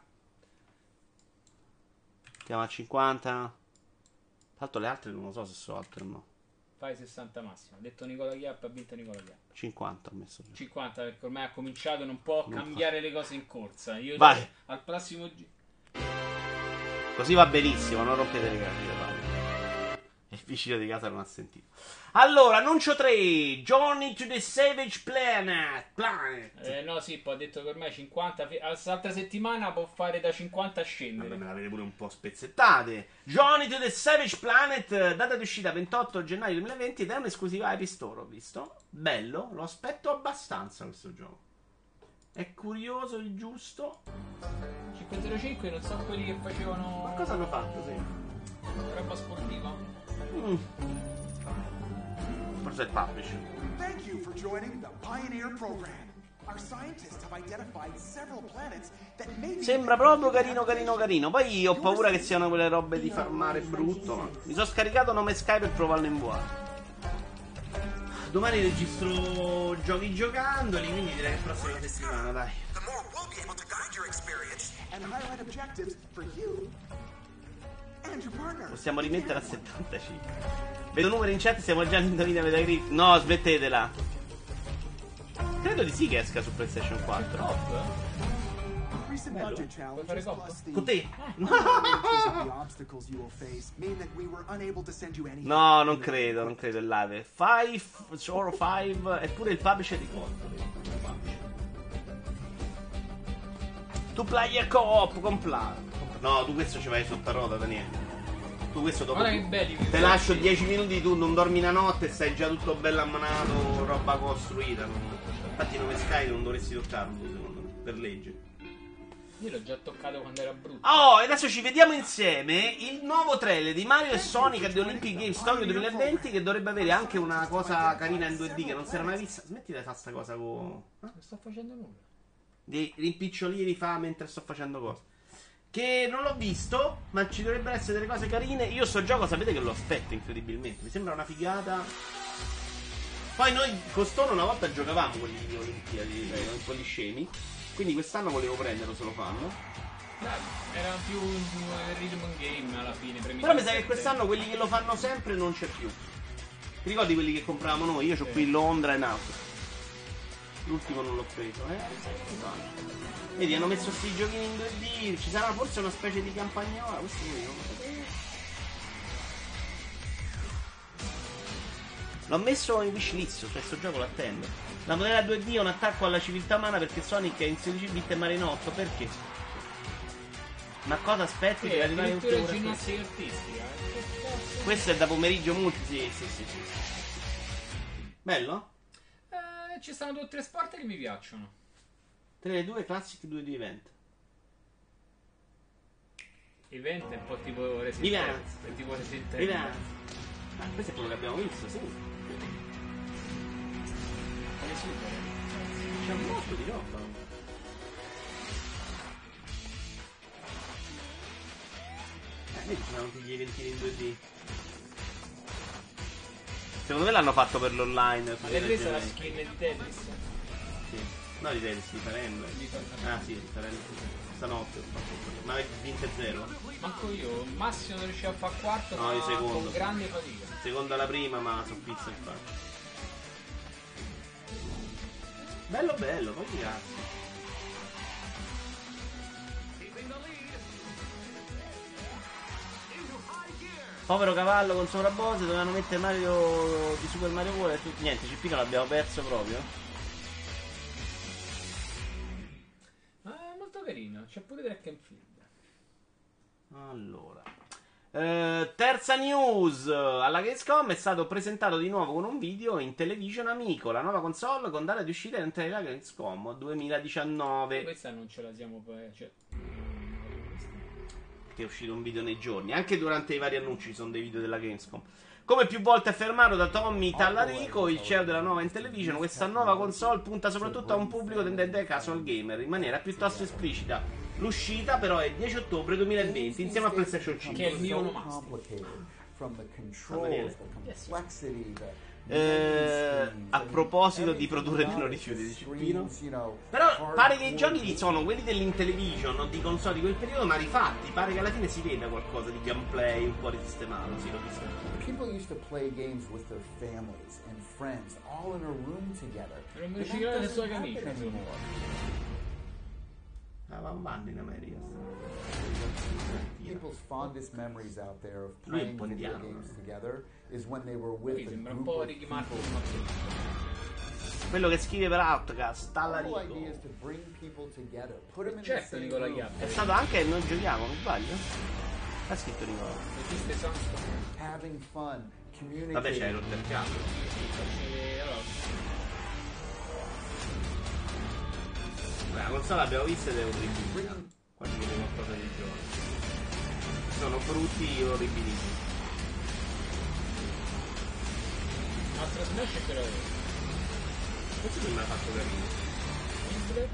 Andiamo a 50. Tra l'altro le altre non lo so se sono alte o no. Fai 60 massimo. Ha detto Nicola Chiappa, ha vinto Nicola Chiappa. 50 ho messo già. 50 perché ormai ha cominciato, non può cambiare le cose in corsa. Io Vai. al prossimo Così va benissimo, non rompete le carte. Il vicino di casa non ha sentito. Allora, annuncio 3. Journey to the Savage Planet. no, sì, poi ha detto che ormai 50. L'altra settimana può fare da 50 a scendere. Vabbè, me l'avete pure un po' spezzettate. Journey to the Savage Planet, data di uscita 28 gennaio 2020 ed è un'esclusiva Epic Store, ho visto. Bello, lo aspetto abbastanza questo gioco. È curioso il giusto. 505 non so quelli che facevano Ma cosa hanno fatto, sì? roba sportiva. Forse è il publisher. Thank you for joining the Pioneer program. Sembra proprio carino. Poi ho paura che siano quelle robe di farmare brutto. Ma mi sono scaricato nome Sky per provarlo in VR. Domani registro giochi giocandoli, quindi direi che prossima settimana, dai. Possiamo rimettere a 75. Vedo numeri in chat, siamo già all'indovina Metacritic. No, smettetela. Credo di sì che esca su PlayStation 4. Puoi fare coppa? Con te? No, non credo in live. 5 eppure il publisher di COD. Tu player co-op compla. No, tu questo ci vai sotto a roda, Daniele. Tu questo dopo Guarda che belli, te lascio 10 minuti, tu non dormi una notte e stai già tutto bello ammanato, roba costruita. Infatti nome Sky non dovresti toccarlo, secondo me, per legge. Io l'ho già toccato quando era brutto. Oh, e adesso ci vediamo insieme il nuovo trailer di Mario e Sonic ad Olympic Games Tokyo 2020, che dovrebbe avere anche una cosa carina in 2D che non si era mai vista. Smetti di fare sta cosa con... Non sto facendo nulla. Di rimpicciolire fa mentre sto facendo cose. Che non l'ho visto, ma ci dovrebbero essere delle cose carine. Io sto gioco, sapete che lo aspetto incredibilmente. Mi sembra una figata. Poi noi con Stone una volta giocavamo con gli Olimpiadi, con gli scemi. Quindi quest'anno volevo prenderlo se lo fanno. Era più un rhythm game alla fine. Però mi sa che quest'anno quelli che lo fanno sempre non c'è più. Ti ricordi quelli che compravamo noi? Io c'ho qui Londra e Napoli. L'ultimo non l'ho preso, Vedi, hanno messo sti giochini in 2D. Ci sarà forse una specie di campagnola. Questo io non lo so. L'ho messo in wishlist, cioè sto gioco l'attendo. La modella 2D è un attacco alla civiltà umana perché Sonic è in 16 bit e Mario in 8. Perché? Ma cosa aspetti per arrivare in addirittura ginnastica artistica. Questo è da pomeriggio multi, sì. Bello? Ci stanno 2 o 3 sport che mi piacciono. 3-2 Classic 2D Event. Event è un po' tipo Resistenza. È tipo Resistenza. Ah, questo è quello che abbiamo visto, sì. C'è un botto di roba. Vedi, ci sono tutti gli eventini in 2D. Secondo me l'hanno fatto per l'online. Ma l'hai presa la skin di Tetris? Sì. No, di Tetris, di Farendo. Ah sì, di Farendo. Stanotte ho fatto. Ma avete vinto 0? Manco io, massimo non riuscivo a fare quarto, No, ma io secondo. con grande fatica. Seconda la prima, ma so pizza in faccia. Bello, poi grazie. Povero cavallo con sovrabose, dovevano mettere Mario di Super Mario World e tutto. Niente, CP l'abbiamo perso proprio. Ma è molto carino, c'è pure track and field. Allora, terza news. Alla Gamescom è stato presentato di nuovo con un video in television amico la nuova console con data di uscita entro la Gamescom 2019. Questa non ce la siamo poi, cioè... Che è uscito un video nei giorni. Anche durante i vari annunci ci sono dei video della Gamescom. Come più volte affermato da Tommy Tallarico, il CEO della nuova Intellivision, questa nuova console punta soprattutto a un pubblico tendente ai casual gamer in maniera piuttosto esplicita. L'uscita però è 10 ottobre 2020 insieme a PlayStation 5. Che è il mio onomastico. A proposito di produrre meno rifiuti di Cippino. Però pare che i giochi sono quelli dell'Intellivision, di console di quel periodo, ma rifatti. Pare che alla fine si veda qualcosa di gameplay un po' risistemato. Sì, l'ho visto. People used to play games with their families and friends all in a room together. Per un riciclare le sue camicie. Vanno in America. People's fondest memories out there of playing video games together is when they were with a Sembra un group po' of Ricky people. Martin. Quello che scrive per Outcast, The whole Tallarico. idea is to bring people together, put them in the Certo, same Nicola room, Chiappa. È stato anche Noi giochiamo, mi sbaglio? Ha scritto Nicola. Esiste Sunstorm. having fun, communicating. Vabbè, c'hai rotto il cazzo. La console l'abbiamo vista ed è orribile. Quando vedo qualcosa di gioco. Sono brutti e orribilissimi. Altro Smash è quello. Questo mi ha fatto carino. Hustler.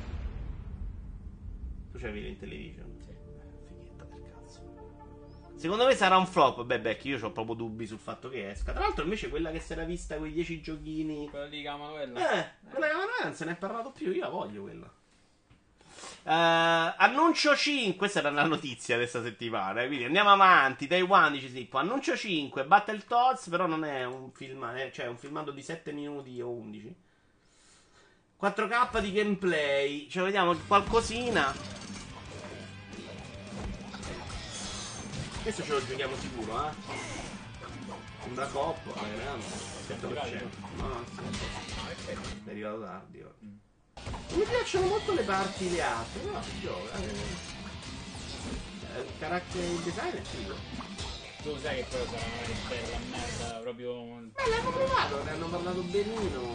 Tu c'avevi in television? Sì. Fighetta del cazzo. Secondo me sarà un flop. Beh, io ho proprio dubbi sul fatto che esca. Tra l'altro, invece, quella che si era vista con i 10 giochini. Quella di Camanuella. Quella che non se ne è parlato più. Io la voglio quella. Annuncio 5. Questa era una notizia questa settimana. Quindi andiamo avanti. Day One dice tipo annuncio 5. Battletoads. Però non è un film. Cioè, è un filmato di 7 minuti o 11. 4K di gameplay. Cioè, vediamo qualcosina. Questo ce lo giochiamo sicuro, eh? Sembra coppa, ma grande. 7%. No, sì. È arrivato tardi oggi. Non mi piacciono molto le parti ideate, però si gioca. Il character design è figo. Tu sai che però sarà una bella merda, proprio. L'hanno provato, ne hanno parlato benino.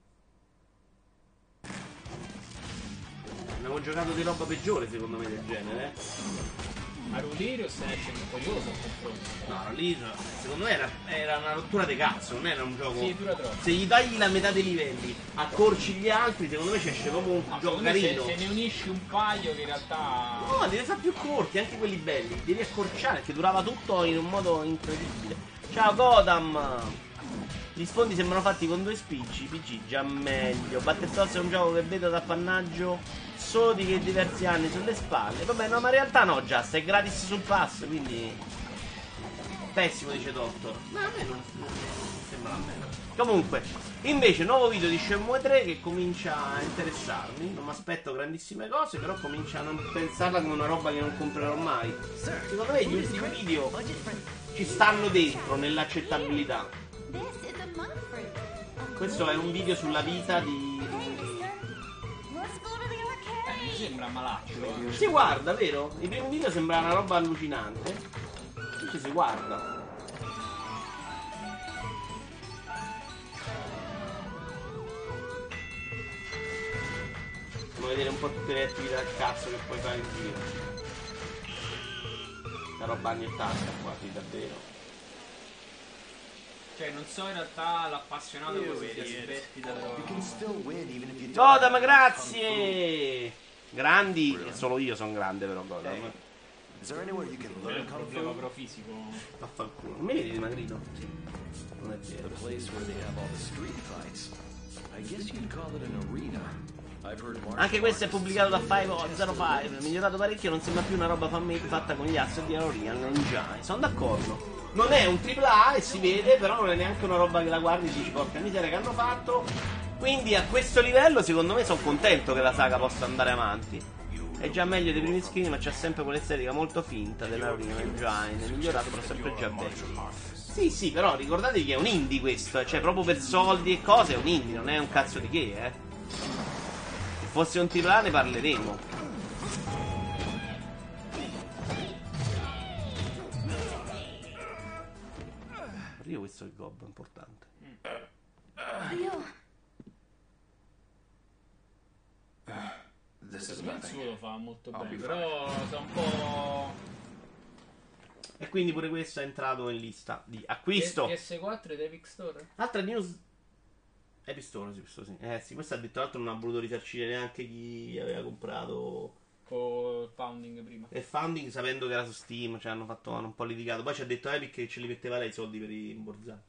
Abbiamo giocato di roba peggiore secondo me del genere, A Rulirius ne esce vittorioso a confronto. No, lì secondo me era una rottura di cazzo, non era un gioco. Sì, dura troppo. Se gli tagli la metà dei livelli, accorci gli altri, secondo me ci esce proprio un gioco secondo me carino. se ne unisci un paio che in realtà. No, devi fare più corti, anche quelli belli. Devi accorciare, perché durava tutto in un modo incredibile. Ciao Godam! Gli sfondi sembrano fatti con 2 spicci, PG già meglio. Battletoads è un gioco che vedo d'appannaggio solo di che diversi anni sulle spalle. Vabbè, no, ma in realtà no, Just, è gratis sul pass, quindi. Pessimo, dice Doctor. No, a me non sembra a me. Comunque, invece, nuovo video di Shenmue 3 che comincia a interessarmi. Non mi aspetto grandissime cose, però comincia a non pensarla come una roba che non comprerò mai. Secondo me gli ultimi video ci stanno dentro nell'accettabilità. Questo è un video sulla vita di. Mi sembra malaccio. Si guarda, vero? I primi video sembra una roba allucinante. Invece si guarda. Andiamo a vedere un po' tutte le attività del cazzo che puoi fare in giro. La roba anni 80 quasi, davvero. Cioè, non so in realtà l'appassionato che si aspetti da Godam, grazie! Grandi, e solo io sono grande però Godam. è un problema però fisico. Vaffanculo. Non mi vedi dimagrito? Non è vero. Anche questo è pubblicato da 505. Migliorato parecchio, non sembra più una roba fan-made fatta con gli asset di Unreal Engine. Sono d'accordo. Non è un AAA e si vede, però non è neanche una roba che la guardi e dici porca miseria che hanno fatto. Quindi a questo livello secondo me sono contento che la saga possa andare avanti. È già meglio dei primi screen, ma c'è sempre quell'estetica molto finta dell'Unreal Engine. È migliorato però sempre già vecchio. Sì, però ricordatevi che è un indie questo, cioè proprio per soldi e cose è un indie, non è un cazzo di che, Se fosse un AAA ne parleremo. Io questo è il gob importante. Il suo lo fa molto bene, però sono un po'. E quindi pure questo è entrato in lista di acquisto. PS4 ed Epic Store? Altra news. Epic Store, sì, questo sì. Sì, questo ha detto tra l'altro non ha voluto risarcire neanche chi aveva comprato Con il founding prima. e Founding sapendo che era su Steam, cioè hanno un po' litigato. Poi ci ha detto Epic che ce li metteva lei i soldi per rimborsare.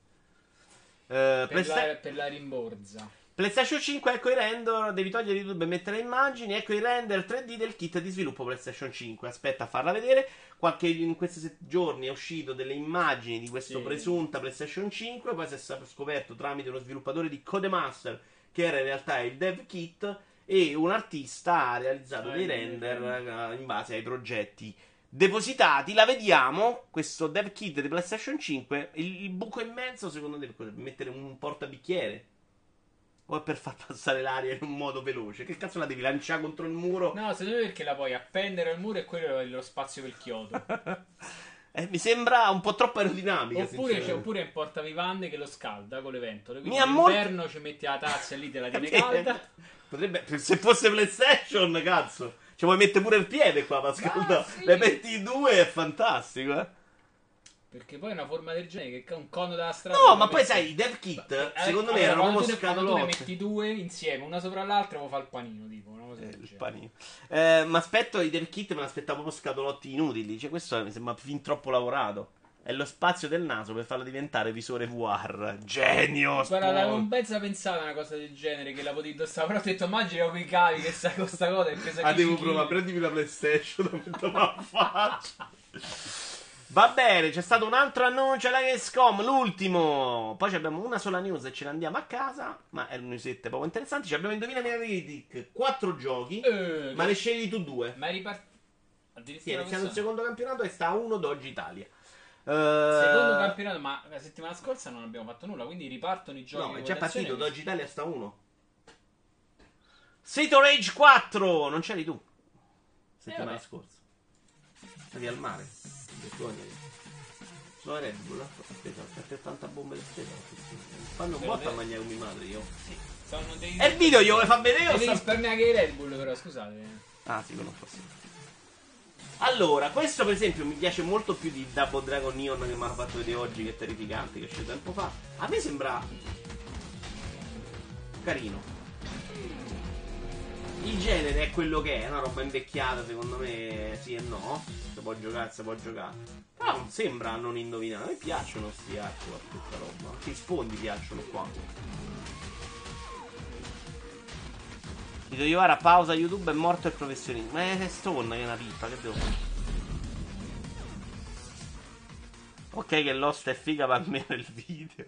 Per la rimborsa. PlayStation 5, ecco i render, devi togliere YouTube e mettere le immagini, ecco i render 3D del kit di sviluppo PlayStation 5. Aspetta a farla vedere. In questi giorni è uscito delle immagini di questo presunta PlayStation 5, poi si è scoperto tramite uno sviluppatore di Codemaster che era in realtà il dev kit e un artista ha realizzato dei render in base ai progetti depositati. La vediamo, questo dev kit di PlayStation 5, il buco in mezzo secondo te per mettere un portabicchiere? O è per far passare l'aria in un modo veloce? Che cazzo la devi lanciare contro il muro? No, secondo me perché la puoi appendere al muro e quello è lo spazio per chiodo. Mi sembra un po' troppo aerodinamica. Oppure un portavivande che lo scalda con le ventole. Quindi Mi ha d'inverno ci metti la tazza e lì te la tiene calda. Potrebbe, se fosse PlayStation, cazzo. Ci vuoi mettere pure il piede qua, Pascal? Sì. Le metti 2, è fantastico, Perché poi è una forma del genere che è un cono dalla strada. No, lo ma poi metti- sai, i dev kit, secondo me allora, erano quando proprio quando tu ne scatolotti. metti due insieme, una sopra l'altra, o fa il panino, tipo, una cosa del Il genere. panino. Ma aspetto i dev kit, me l'aspettavo proprio scatolotti inutili. Cioè, questo mi sembra fin troppo lavorato. È lo spazio del naso per farlo diventare visore VR. Genio! Guarda, non pensa pensare a una cosa del genere che la potevi indossare, però ho detto immagina quei cavi che sai con sta cosa e pesa Ah, 10 devo kg. provare, prendimi la PlayStation, lo metto la faccia. Va bene, c'è stato un altro annuncio alla Gamescom, l'ultimo. Poi abbiamo una sola news e ce ne andiamo a casa. Ma erano newsette poco interessanti. Ci abbiamo indovinato Metacritic 4 giochi, ma ne scegli tu 2. Ma è ripartito. Sì, è Addirittura iniziato il questo- secondo campionato e sta a 1 Doggi Italia. secondo campionato, ma la settimana scorsa non abbiamo fatto nulla, quindi ripartono i giochi. No, è di già votazione. partito, Doggi Italia sta a 1. Street of Rage 4, non c'eri tu settimana vabbè. scorsa. Stavi al mare. Vergognati. Sono Red Bull, aspetta, 70 bombe le spese. Fanno un botto a mangiare un madre io. Sì, sono dei. E il video glielo vuoi far vedere o Devi sta... risparmiare che i Red Bull, però scusate. Ah sì, quello posso. Allora, questo per esempio mi piace molto più di Double Dragon Neon che mi hanno fatto vedere oggi, che è terrificante, che è uscito tempo fa. A me sembra carino. Il genere è quello che è una roba invecchiata, secondo me sì e no. Se può giocare, se può giocare. Però non sembra non indovinare. A me piacciono sti hardcore, questa roba. Anche i sfondi piacciono qua. Vito Iovara, pausa YouTube, è morto il professionista. Ma è Stone che è una pippa, che devo fare? Ok che Lost è figa, ma almeno il video.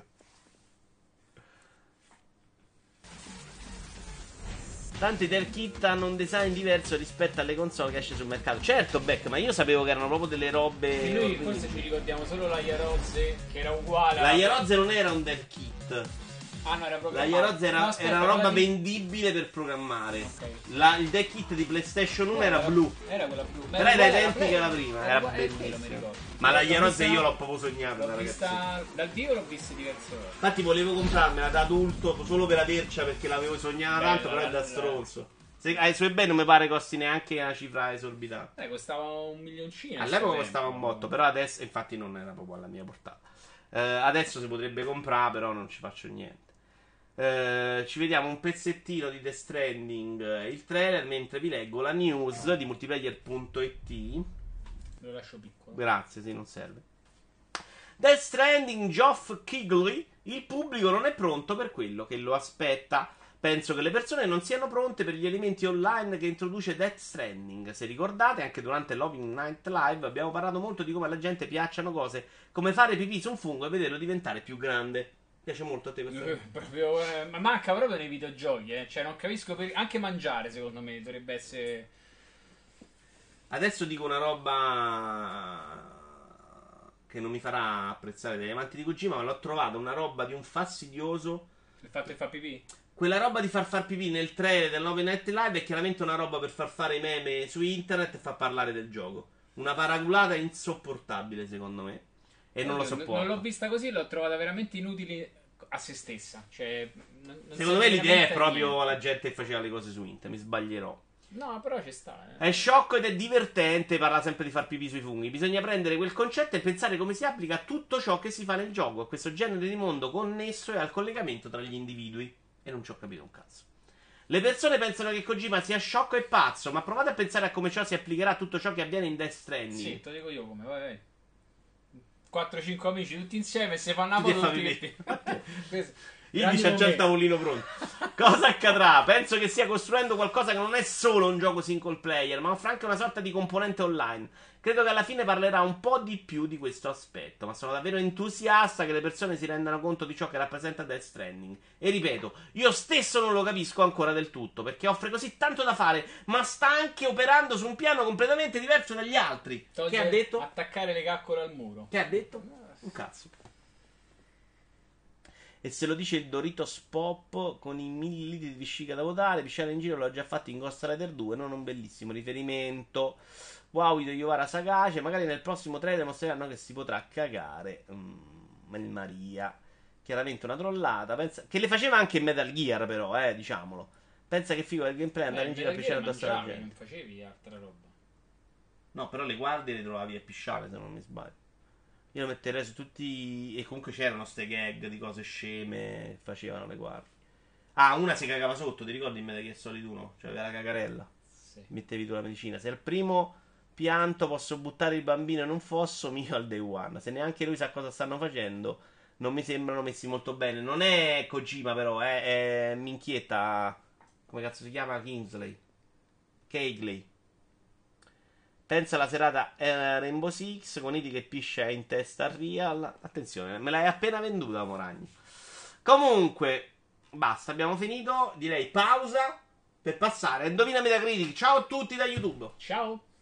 Tanto i Dev Kit hanno un design diverso rispetto alle console che esce sul mercato. Certo, Beck, ma io sapevo che erano proprio delle robe. E noi forse ci ricordiamo solo la Yarozze, che era uguale. La Yarozze non era un Dev Kit. Ah, no, era proprio. La Yarozze era, No, aspetta, era una roba quella di- vendibile per programmare. Ok. Il Dev Kit di PlayStation 1 era blu. Era quella blu. Però era identica alla prima, era quello, mi bellissima. ricordo. Ma la L'ho Yarozze vista- io l'ho proprio sognata da L'ho ragazzino. vista dal vivo, l'ho vista diverse volte. Infatti volevo comprarmela da adulto solo per avercela perché l'avevo sognata Bella, tanto, però è da bella. stronzo. Se ai suoi beni non mi pare costi neanche una cifra esorbitante. Costava un milioncino. All'epoca al suo costava un tempo. botto, però adesso, infatti non era proprio alla mia portata. Adesso si potrebbe comprare, però non ci faccio niente. Ci vediamo un pezzettino di Death Stranding, il trailer, mentre vi leggo la news di multiplayer.it. Lo lascio piccolo. Grazie, sì, non serve. Death Stranding, Geoff Keighley. Il pubblico non è pronto per quello che lo aspetta. Penso che le persone non siano pronte per gli elementi online che introduce Death Stranding. Se ricordate, anche durante Loving Night Live abbiamo parlato molto di come alla gente piacciono cose come fare pipì su un fungo e vederlo diventare più grande. Piace molto a te questo? Proprio, ma manca proprio nei videogiochi, Cioè, non capisco anche mangiare, secondo me, dovrebbe essere. Adesso dico una roba che non mi farà apprezzare degli amanti di Kojima, ma l'ho trovata una roba di un fastidioso. Il fatto che fa pipì? Quella roba di far pipì nel trailer del 9 Night Live è chiaramente una roba per far fare i meme su internet e far parlare del gioco. Una paraculata insopportabile, secondo me. E non lo sopporto. Non l'ho vista così, l'ho trovata veramente inutile a se stessa. Cioè, non Secondo me serve l'idea è veramente a proprio niente. la gente che faceva le cose su internet. Mi sbaglierò. No, però ci sta. È sciocco ed è divertente, parla sempre di far pipì sui funghi. Bisogna prendere quel concetto e pensare come si applica a tutto ciò che si fa nel gioco, a questo genere di mondo connesso e al collegamento tra gli individui. E non ci ho capito un cazzo. Le persone pensano che Kojima sia sciocco e pazzo, ma provate a pensare a come ciò si applicherà a tutto ciò che avviene in Death Stranding. Sì, te lo dico io come, vai. 4-5 amici tutti insieme e si fanno una Tutti foto a tutti far Questo- Il grandi c'ha già il momenti. tavolino pronto. Cosa accadrà? Penso che stia costruendo qualcosa che non è solo un gioco single player, ma offre anche una sorta di componente online. Credo che alla fine parlerà un po' di più di questo aspetto, ma sono davvero entusiasta che le persone si rendano conto di ciò che rappresenta Death Stranding. E ripeto, io stesso non lo capisco ancora del tutto, perché offre così tanto da fare, ma sta anche operando su un piano completamente diverso dagli altri. Toglie- Che ha detto? Attaccare le caccole al muro. Che ha detto? Un cazzo. E se lo dice il Doritos Pop con i millilitri di vescica da votare, pisciare in giro l'ho già fatto in Ghost Rider 2, non un bellissimo riferimento. Wow, Vito Iovara sagace, magari nel prossimo trailer mostreranno che si potrà cagare. Maria. Chiaramente una trollata. Pensa... Che le faceva anche in Metal Gear però, diciamolo. Pensa che figo del gameplay andare in giro a pisciare addosso alla gente. non facevi altra roba. No, però le guardie le trovavi a pisciare se non mi sbaglio. Io lo metterei su tutti. E comunque c'erano ste gag di cose sceme che facevano le guardie. Ah, una si cagava sotto, ti ricordi in Metal Gear Solid 1? Cioè aveva la cagarella. Sì. Mettevi tu la medicina. Se al primo pianto posso buttare il bambino in un fosso, mio al day one. Se neanche lui sa cosa stanno facendo, non mi sembrano messi molto bene. Non è Kojima, però, mi inquieta. Come cazzo si chiama? Kingsley. Keighley. Pensa alla serata Rainbow Six con Idi che piscia in testa a Real. Attenzione, me l'hai appena venduta, Moragni. Comunque, basta, abbiamo finito. Direi pausa per passare a Indovina Metacritic. Ciao a tutti da YouTube. Ciao.